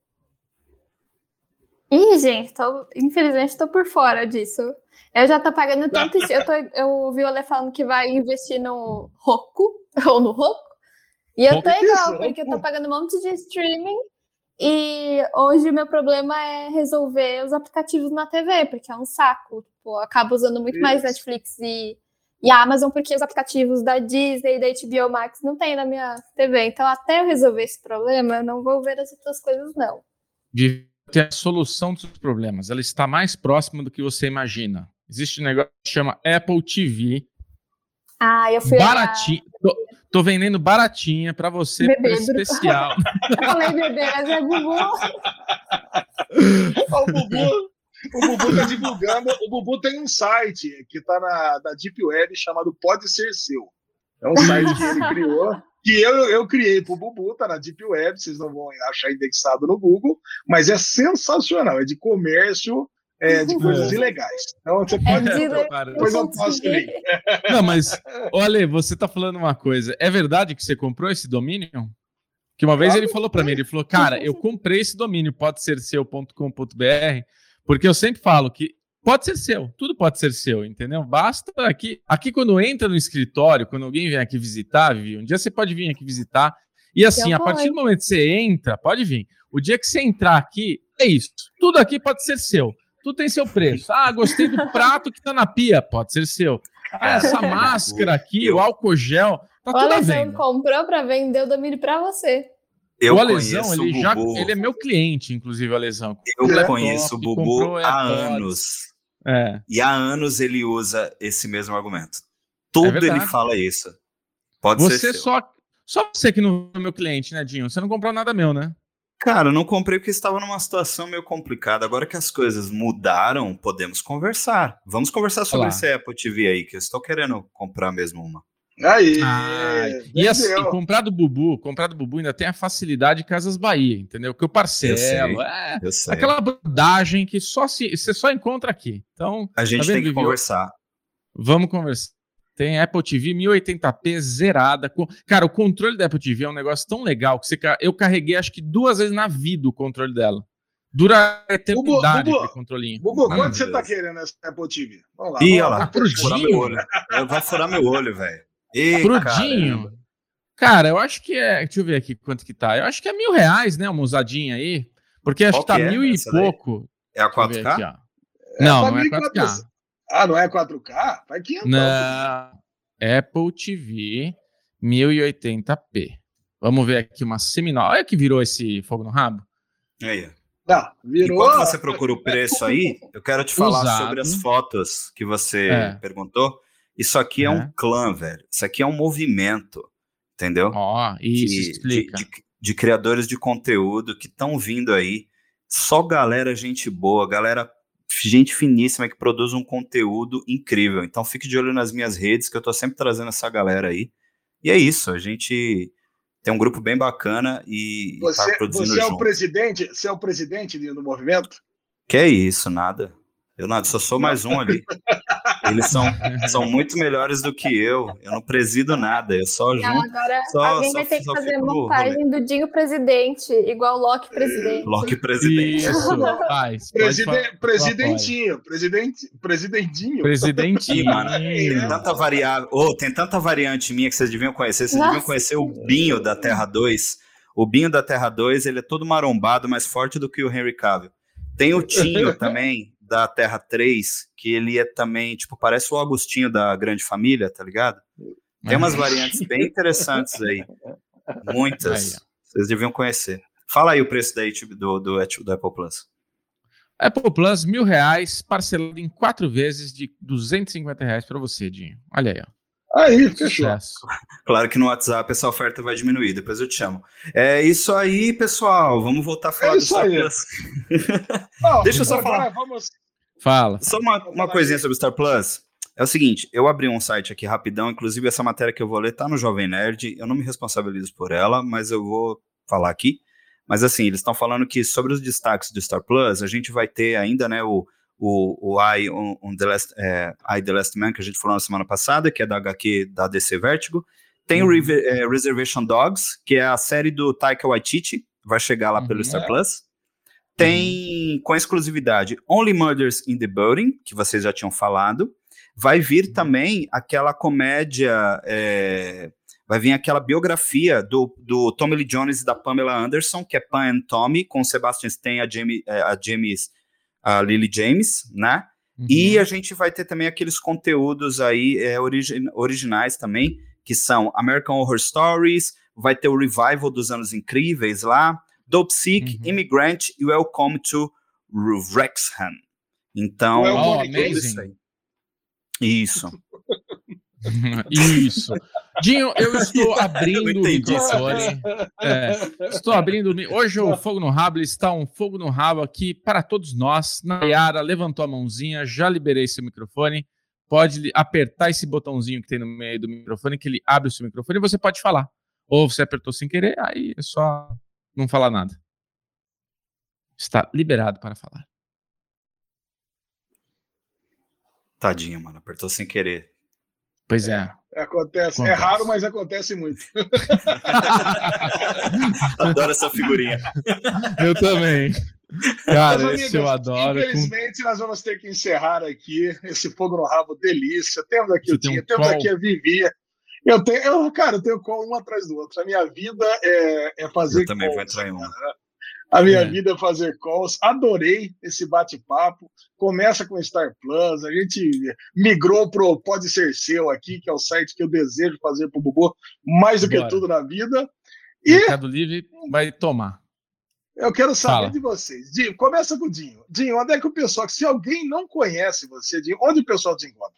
Ih, gente, tô, infelizmente tô por fora disso. Eu já tô pagando tanto. eu, tô, eu ouvi o Ale falando que vai investir no Roku, ou no Roku, e eu tô igual, porque eu tô pagando um monte de streaming, e hoje o meu problema é resolver os aplicativos na T V, porque é um saco. Tipo, eu acabo usando muito Isso. mais Netflix e, e Amazon, porque os aplicativos da Disney e da H B O Max não tem na minha T V. Então, até eu resolver esse problema, eu não vou ver as outras coisas, não. tem a solução dos seus problemas. Ela está mais próxima do que você imagina. Existe um negócio que chama Apple T V. Ah, eu fui baratinho. Tô, tô vendendo baratinha para você, preço especial. Eu falei bebê, mas é Bubu. o Bubu. O Bubu tá divulgando. O Bubu tem um site que tá na, na Deep Web chamado Pode Ser Seu. É um site que ele criou, que eu, eu criei pro Bubu, tá na Deep Web, vocês não vão achar indexado no Google, mas é sensacional, é de comércio, é, de coisas ilegais. Então você pode... É depois eu posto o link. Não, mas, olha, você tá falando uma coisa, é verdade que você comprou esse domínio? Que uma vez Claro, ele falou para mim, ele falou, cara, eu comprei esse domínio, pode ser seu ponto com ponto b r, porque eu sempre falo que pode ser seu, tudo pode ser seu, entendeu? Basta aqui, aqui quando entra no escritório, quando alguém vem aqui visitar, Vivi, um dia você pode vir aqui visitar, e assim, a partir do momento que você entra, pode vir, o dia que você entrar aqui, é isso, tudo aqui pode ser seu, tudo tem seu preço. Ah, gostei do prato que tá na pia, pode ser seu. Ah, essa máscara aqui, o álcool gel, tá o tudo à Alesão venda. comprou para vender o domínio para você. Eu o Alesão, ele, o já, Bubu. ele é meu cliente, inclusive, o Alesão. Eu Comprou conheço o Bubu há anos. É. E há anos ele usa esse mesmo argumento. Tudo é ele fala isso. Pode você ser seu. Só, só você que não é meu cliente, né, Dinho? Você não comprou nada meu, né? Cara, eu não comprei porque estava numa situação meio complicada. Agora que as coisas mudaram, podemos conversar. Vamos conversar sobre Olá. esse Apple T V aí, que eu estou querendo comprar mesmo uma. Aí, Ai, e assim, comprar do Bubu, comprar do Bubu ainda tem a facilidade de Casas Bahia, entendeu? Que eu parcelo, eu sei, é eu sei. aquela bandagem que só se, você só encontra aqui. Então, a gente tá vendo, tem que Vivi? conversar. Vamos conversar. Tem Apple T V mil e oitenta p zerada. Cara, o controle da Apple T V é um negócio tão legal que você, eu carreguei acho que duas vezes na vida o controle dela. Dura a eternidade aquele controlinho. Bubu, quanto você tá querendo essa Apple T V? Vamos lá. Ih, olha lá. Vai furar meu olho. Vai furar meu olho, velho. Crudinho. Cara, eu acho que é. Deixa eu ver aqui quanto que tá. Eu acho que é mil reais, né? Uma usadinha aí. Porque acho Qual que tá que é mil e essa daí? pouco. É a quatro K? Aqui, não, não é quatro K. Ah, não é quatro K? Vai quinhentos. Não. Apple T V mil e oitenta p. Vamos ver aqui uma seminal. Olha que virou esse fogo no rabo. Aí. Não, virou... Enquanto você procura o preço aí, eu quero te falar Usado. sobre as fotos que você É. perguntou. Isso aqui é, é um clã, velho. Isso aqui é um movimento, entendeu? Ó, oh, isso de, explica. De, de, de criadores de conteúdo que estão vindo aí. Só galera, gente boa, galera, gente finíssima que produz um conteúdo incrível. Então fique de olho nas minhas redes, que eu tô sempre trazendo essa galera aí. E é isso, a gente tem um grupo bem bacana e, você, e tá produzindo você é junto. o presidente, você é o presidente do movimento? Que é isso, nada. Eu nada, só sou mais um ali. Eles são, são muito melhores do que eu. Eu não presido nada. Eu só junto. Não, agora só, alguém só, vai ter que só fazer fico montagem rolê. do Dinho presidente, igual Loki presidente. Loki presidente. Isso, faz. Presiden presidentinho, presidente, presidentinho. Presidentinho. Mano, tem tanta variável. Oh, tem tanta variante minha que vocês deviam conhecer. Vocês Nossa. deviam conhecer o Binho da Terra dois. O Binho da Terra dois, ele é todo marombado, mais forte do que o Henry Cavill. Tem o Tinho também, da Terra três, que ele é também, tipo, parece o Agostinho da Grande Família, tá ligado? Tem umas variantes bem interessantes aí. Muitas. Aí, vocês deviam conhecer. Fala aí o preço daí, tipo, do, do, do Apple Plus. Apple Plus, mil reais, parcelado em quatro vezes de duzentos e cinquenta reais para você, Dinho. Olha aí, ó. Aí, fechou. Claro que no WhatsApp essa oferta vai diminuir, depois eu te chamo. É isso aí, pessoal. Vamos voltar a falar é do Star Plus. Não, Deixa eu só falar. Vamos... Fala. Só uma, uma coisinha sobre o Star Plus. É o seguinte, eu abri um site aqui rapidão, inclusive essa matéria que eu vou ler tá no Jovem Nerd, eu não me responsabilizo por ela, mas eu vou falar aqui. Mas assim, eles estão falando que sobre os destaques do Star Plus, a gente vai ter ainda, né, o o, o I, on, on the last, é, I, The Last Man, que a gente falou na semana passada, que é da H Q da D C Vertigo. Tem uhum. o Re é, Reservation Dogs, que é a série do Taika Waititi, vai chegar lá uhum. pelo Star Plus. Tem, uhum. com exclusividade, Only Murders in the Building, que vocês já tinham falado. Vai vir uhum. também aquela comédia, é, vai vir aquela biografia do, do Tommy Lee Jones e da Pamela Anderson, que é Pam and Tommy, com o Sebastian Stan, a Jamie, a James... a Lily James, né? Uhum. E a gente vai ter também aqueles conteúdos aí é, origi originais também, que são American Horror Stories, vai ter o Revival dos Anos Incríveis lá, Dope Sick, Uhum. Immigrant e Welcome to Wrexham. Então, Oh, é isso aí. Isso. Isso. Dinho, eu estou abrindo Eu o entendi microfone. É, estou abrindo. o mi- Hoje o Fogo no Rabo está um fogo no rabo aqui para todos nós. Nayara levantou a mãozinha, já liberei seu microfone. Pode li- apertar esse botãozinho que tem no meio do microfone, que ele abre o seu microfone e você pode falar. Ou você apertou sem querer, aí é só não falar nada. Está liberado para falar. Tadinho, mano, apertou sem querer. Pois é. Acontece. É Acontece. raro, mas acontece muito. Adoro essa figurinha. Eu também. Cara, Meus esse eu amigos, adoro. Com- Infelizmente, nós vamos ter que encerrar aqui esse Fogo no Rabo delícia. Temos aqui Você o tem um Dinho, temos call? aqui a Vivi. Eu tenho, eu, cara, eu tenho call um atrás do outro. A minha vida é, é fazer Eu também vou calls, entrar em uma. cara. A minha É. vida é fazer calls. Adorei esse bate-papo. Começa com o Star Plus. A gente migrou pro Pode Ser Seu aqui, que é o site que eu desejo fazer pro Bubu mais do que Bora. tudo na vida. E Mercado Livre vai tomar. eu quero saber Fala. de vocês. Dinho, começa com o Dinho. Dinho, onde é que o pessoal, se alguém não conhece você, Dinho, onde o pessoal te encontra?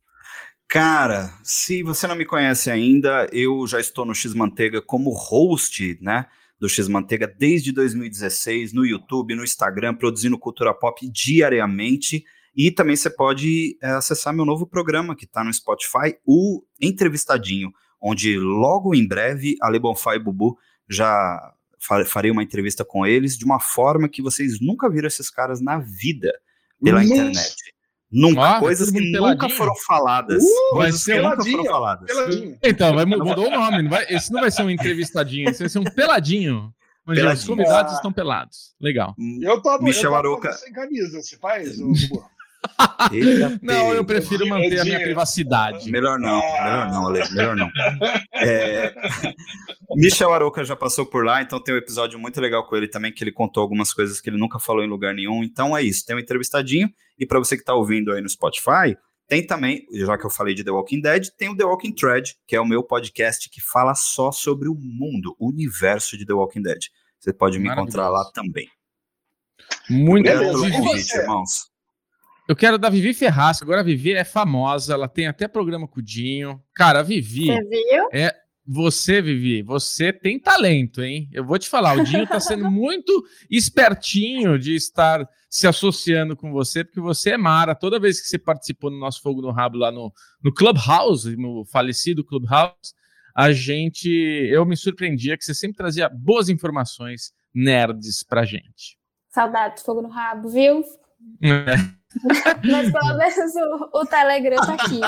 Cara, se você não me conhece ainda, eu já estou no X-Manteiga como host, né, do X-Manteiga desde dois mil e dezesseis, no YouTube, no Instagram, produzindo cultura pop diariamente. E também você pode é, acessar meu novo programa que está no Spotify, o Entrevistadinho, onde logo em breve a Lebonfá e Bubu já fa- farei uma entrevista com eles de uma forma que vocês nunca viram esses caras na vida pela Nossa. internet. Nunca, Ó, coisas todo que mundo nunca peladinho. foram faladas. Uh, vai coisas ser que nunca peladinho, foram faladas. Peladinho. Então, vai, mudou o nome. Não vai, esse não vai ser um entrevistadinho, esse vai ser um peladinho. Onde os Peladinho. convidados Ah. estão pelados. Legal. Eu tô Michel eu tô Aroca. sem camisa. Você faz, ô, Bubu? Eita, Não, eu pega. prefiro manter a minha privacidade. Melhor não, melhor não, Ale, melhor não. É... Michel Aroca já passou por lá, então tem um episódio muito legal com ele também, que ele contou algumas coisas que ele nunca falou em lugar nenhum. Então é isso, tem um entrevistadinho. E para você que está ouvindo aí no Spotify, tem também, já que eu falei de The Walking Dead, tem o The Walking Thread, que é o meu podcast que fala só sobre o mundo, o universo de The Walking Dead. Você pode me encontrar lá também. Muito Beleza. bom. Obrigado pelo E convite, você? irmãos. Eu quero da Vivi Ferraz. Agora a Vivi é famosa, ela tem até programa com o Dinho. Cara, a Vivi, Você viu? você, Vivi, você tem talento, hein? Eu vou te falar, o Dinho tá sendo muito espertinho de estar se associando com você, porque você é mara. Toda vez que você participou no nosso Fogo no Rabo lá no, no Clubhouse, no falecido Clubhouse, a gente, eu me surpreendia que você sempre trazia boas informações nerds pra gente. Saudades, fogo no rabo, viu? É. Mas pelo menos o, o Telegram tá aqui.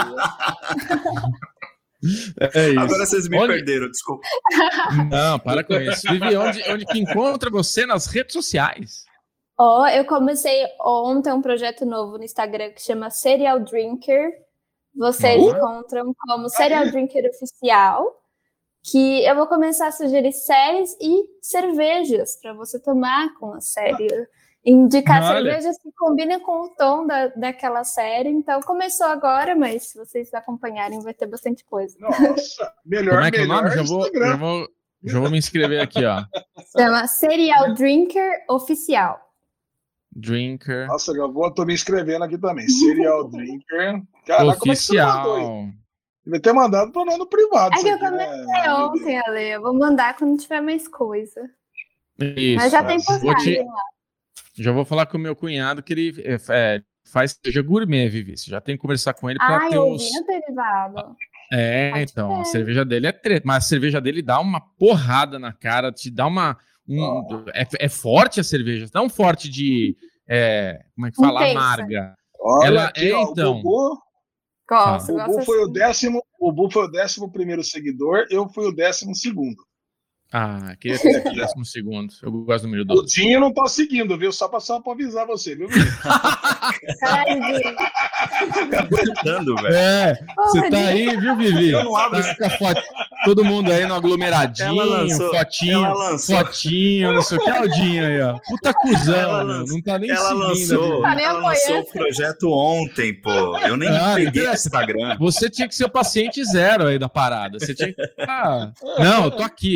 É isso. Agora vocês me Onde- perderam, desculpa. Não, para com isso. Vivi, onde, onde que encontra você nas redes sociais? Ó, eu comecei ontem um projeto novo no Instagram que chama Serial Drinker. Vocês Uhum. encontram como Serial Drinker Oficial. Que eu vou começar a sugerir séries e cervejas para você tomar com a série. Indicar Olha. cervejas que combinem com o tom da, daquela série. Então, começou agora, mas se vocês acompanharem, vai ter bastante coisa. Nossa, melhor, Como é que é o melhor nome? Já vou, Instagram. já, vou, já vou me inscrever aqui, ó. Chama Serial Drinker Oficial. Drinker Nossa, já vou, tô me inscrevendo aqui também. Serial Drinker. Caraca, como é que você mandou aí? Oficial. Deve ter mandado pra nós no privado. É isso que eu aqui, né? comecei ontem, Ale. Eu vou mandar quando tiver mais coisa. Isso. Mas já tem Vou Vou te- postagem lá. Já vou falar com o meu cunhado que ele é, é, faz cerveja gourmet, Vivi. Você já tem que conversar com ele para Ah, ter eu os... vi no derivado. É, Pode então, a ser. cerveja dele é treta, mas a cerveja dele dá uma porrada na cara, te dá uma... um- é, é forte a cerveja, não forte de... é, como é que fala? Intensa. Amarga. Olha Ela aqui, é, ó, então. O Bubu, Gosto, o gosto Bubu foi o assim. décimo, o Bubu foi o décimo primeiro seguidor, eu fui o décimo segundo. Ah, queria ter sido o décimo segundo. Eu gosto do número O doze. Dinho não tá seguindo, viu? Só pra, só pra avisar você, viu, menino? Caralho, Dinho. Dando, velho. É, você Porra, tá Dinho. aí, viu, Vivi? Eu não abro Tá com a foto, todo mundo aí no aglomeradinho, Ela lançou- fotinho, ela lançou- fotinho, não sei o que. Olha o Dinho aí, ó. Puta cuzão, Ela meu. lançou- Não tá nem Ela seguindo. lançou, Tá nem ela lançou apoiando. o projeto ontem, pô. Eu nem Ah, peguei interessa. esse Instagram. Você tinha que ser o paciente zero aí da parada. Você tinha que. Ah, não, eu tô aqui. Manda o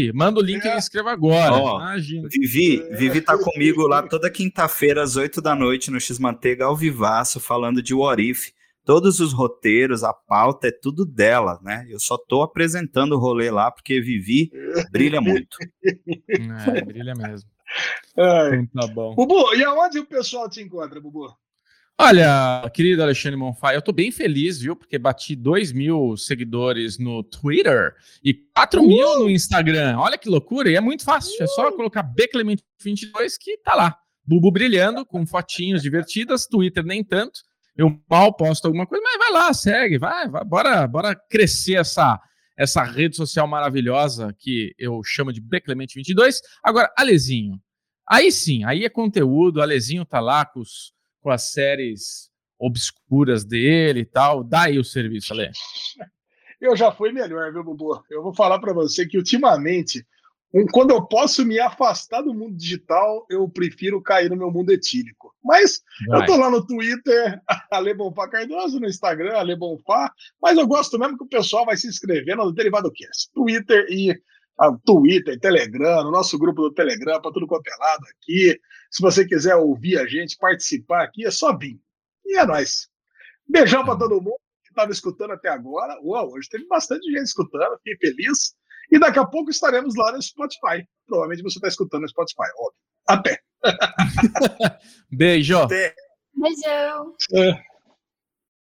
link é. e me inscrevo agora. Ó, Imagina. Vivi, Vivi tá comigo lá toda quinta-feira, às oito da noite, no X-Manteiga, ao vivaço, falando de What If. Todos os roteiros, a pauta, é tudo dela, né? Eu só tô apresentando o rolê lá, porque Vivi brilha muito. É, brilha mesmo. Então tá bom. Bubu, e aonde o pessoal te encontra, Bubu? Olha, querido Alexandre Monfá, eu tô bem feliz, viu? Porque bati dois mil seguidores no Twitter e quatro uh! mil no Instagram. Olha que loucura, e é muito fácil. Uh! É só colocar B Clemente vinte e dois que tá lá. Bubu brilhando, com fotinhos divertidas. Twitter nem tanto. Eu mal posto alguma coisa, mas vai lá, segue, vai, vai bora, bora crescer essa, essa rede social maravilhosa que eu chamo de B Clemente vinte e dois. Agora, Alezinho, aí sim, aí é conteúdo, Alezinho tá lá com, os, com as séries obscuras dele e tal, dá aí o serviço, Ale. Eu já fui melhor, viu, Bubu? Eu vou falar para você que ultimamente, um, quando eu posso me afastar do mundo digital, eu prefiro cair no meu mundo etílico. Mas vai. Eu tô lá no Twitter, Ale Bonfá Cardoso, no Instagram, Ale Bonfá, mas eu gosto mesmo que o pessoal vai se inscrevendo no Derivado Cast. Twitter e uh, Twitter, Telegram, no nosso grupo do Telegram, para tudo quanto é lado aqui. Se você quiser ouvir a gente, participar aqui, é só vir. E é nóis. Beijão para todo mundo que estava escutando até agora. Uau, hoje teve bastante gente escutando, fiquei feliz. E daqui a pouco estaremos lá no Spotify. Provavelmente você está escutando no Spotify, óbvio. Até. Beijo. Beijão. É.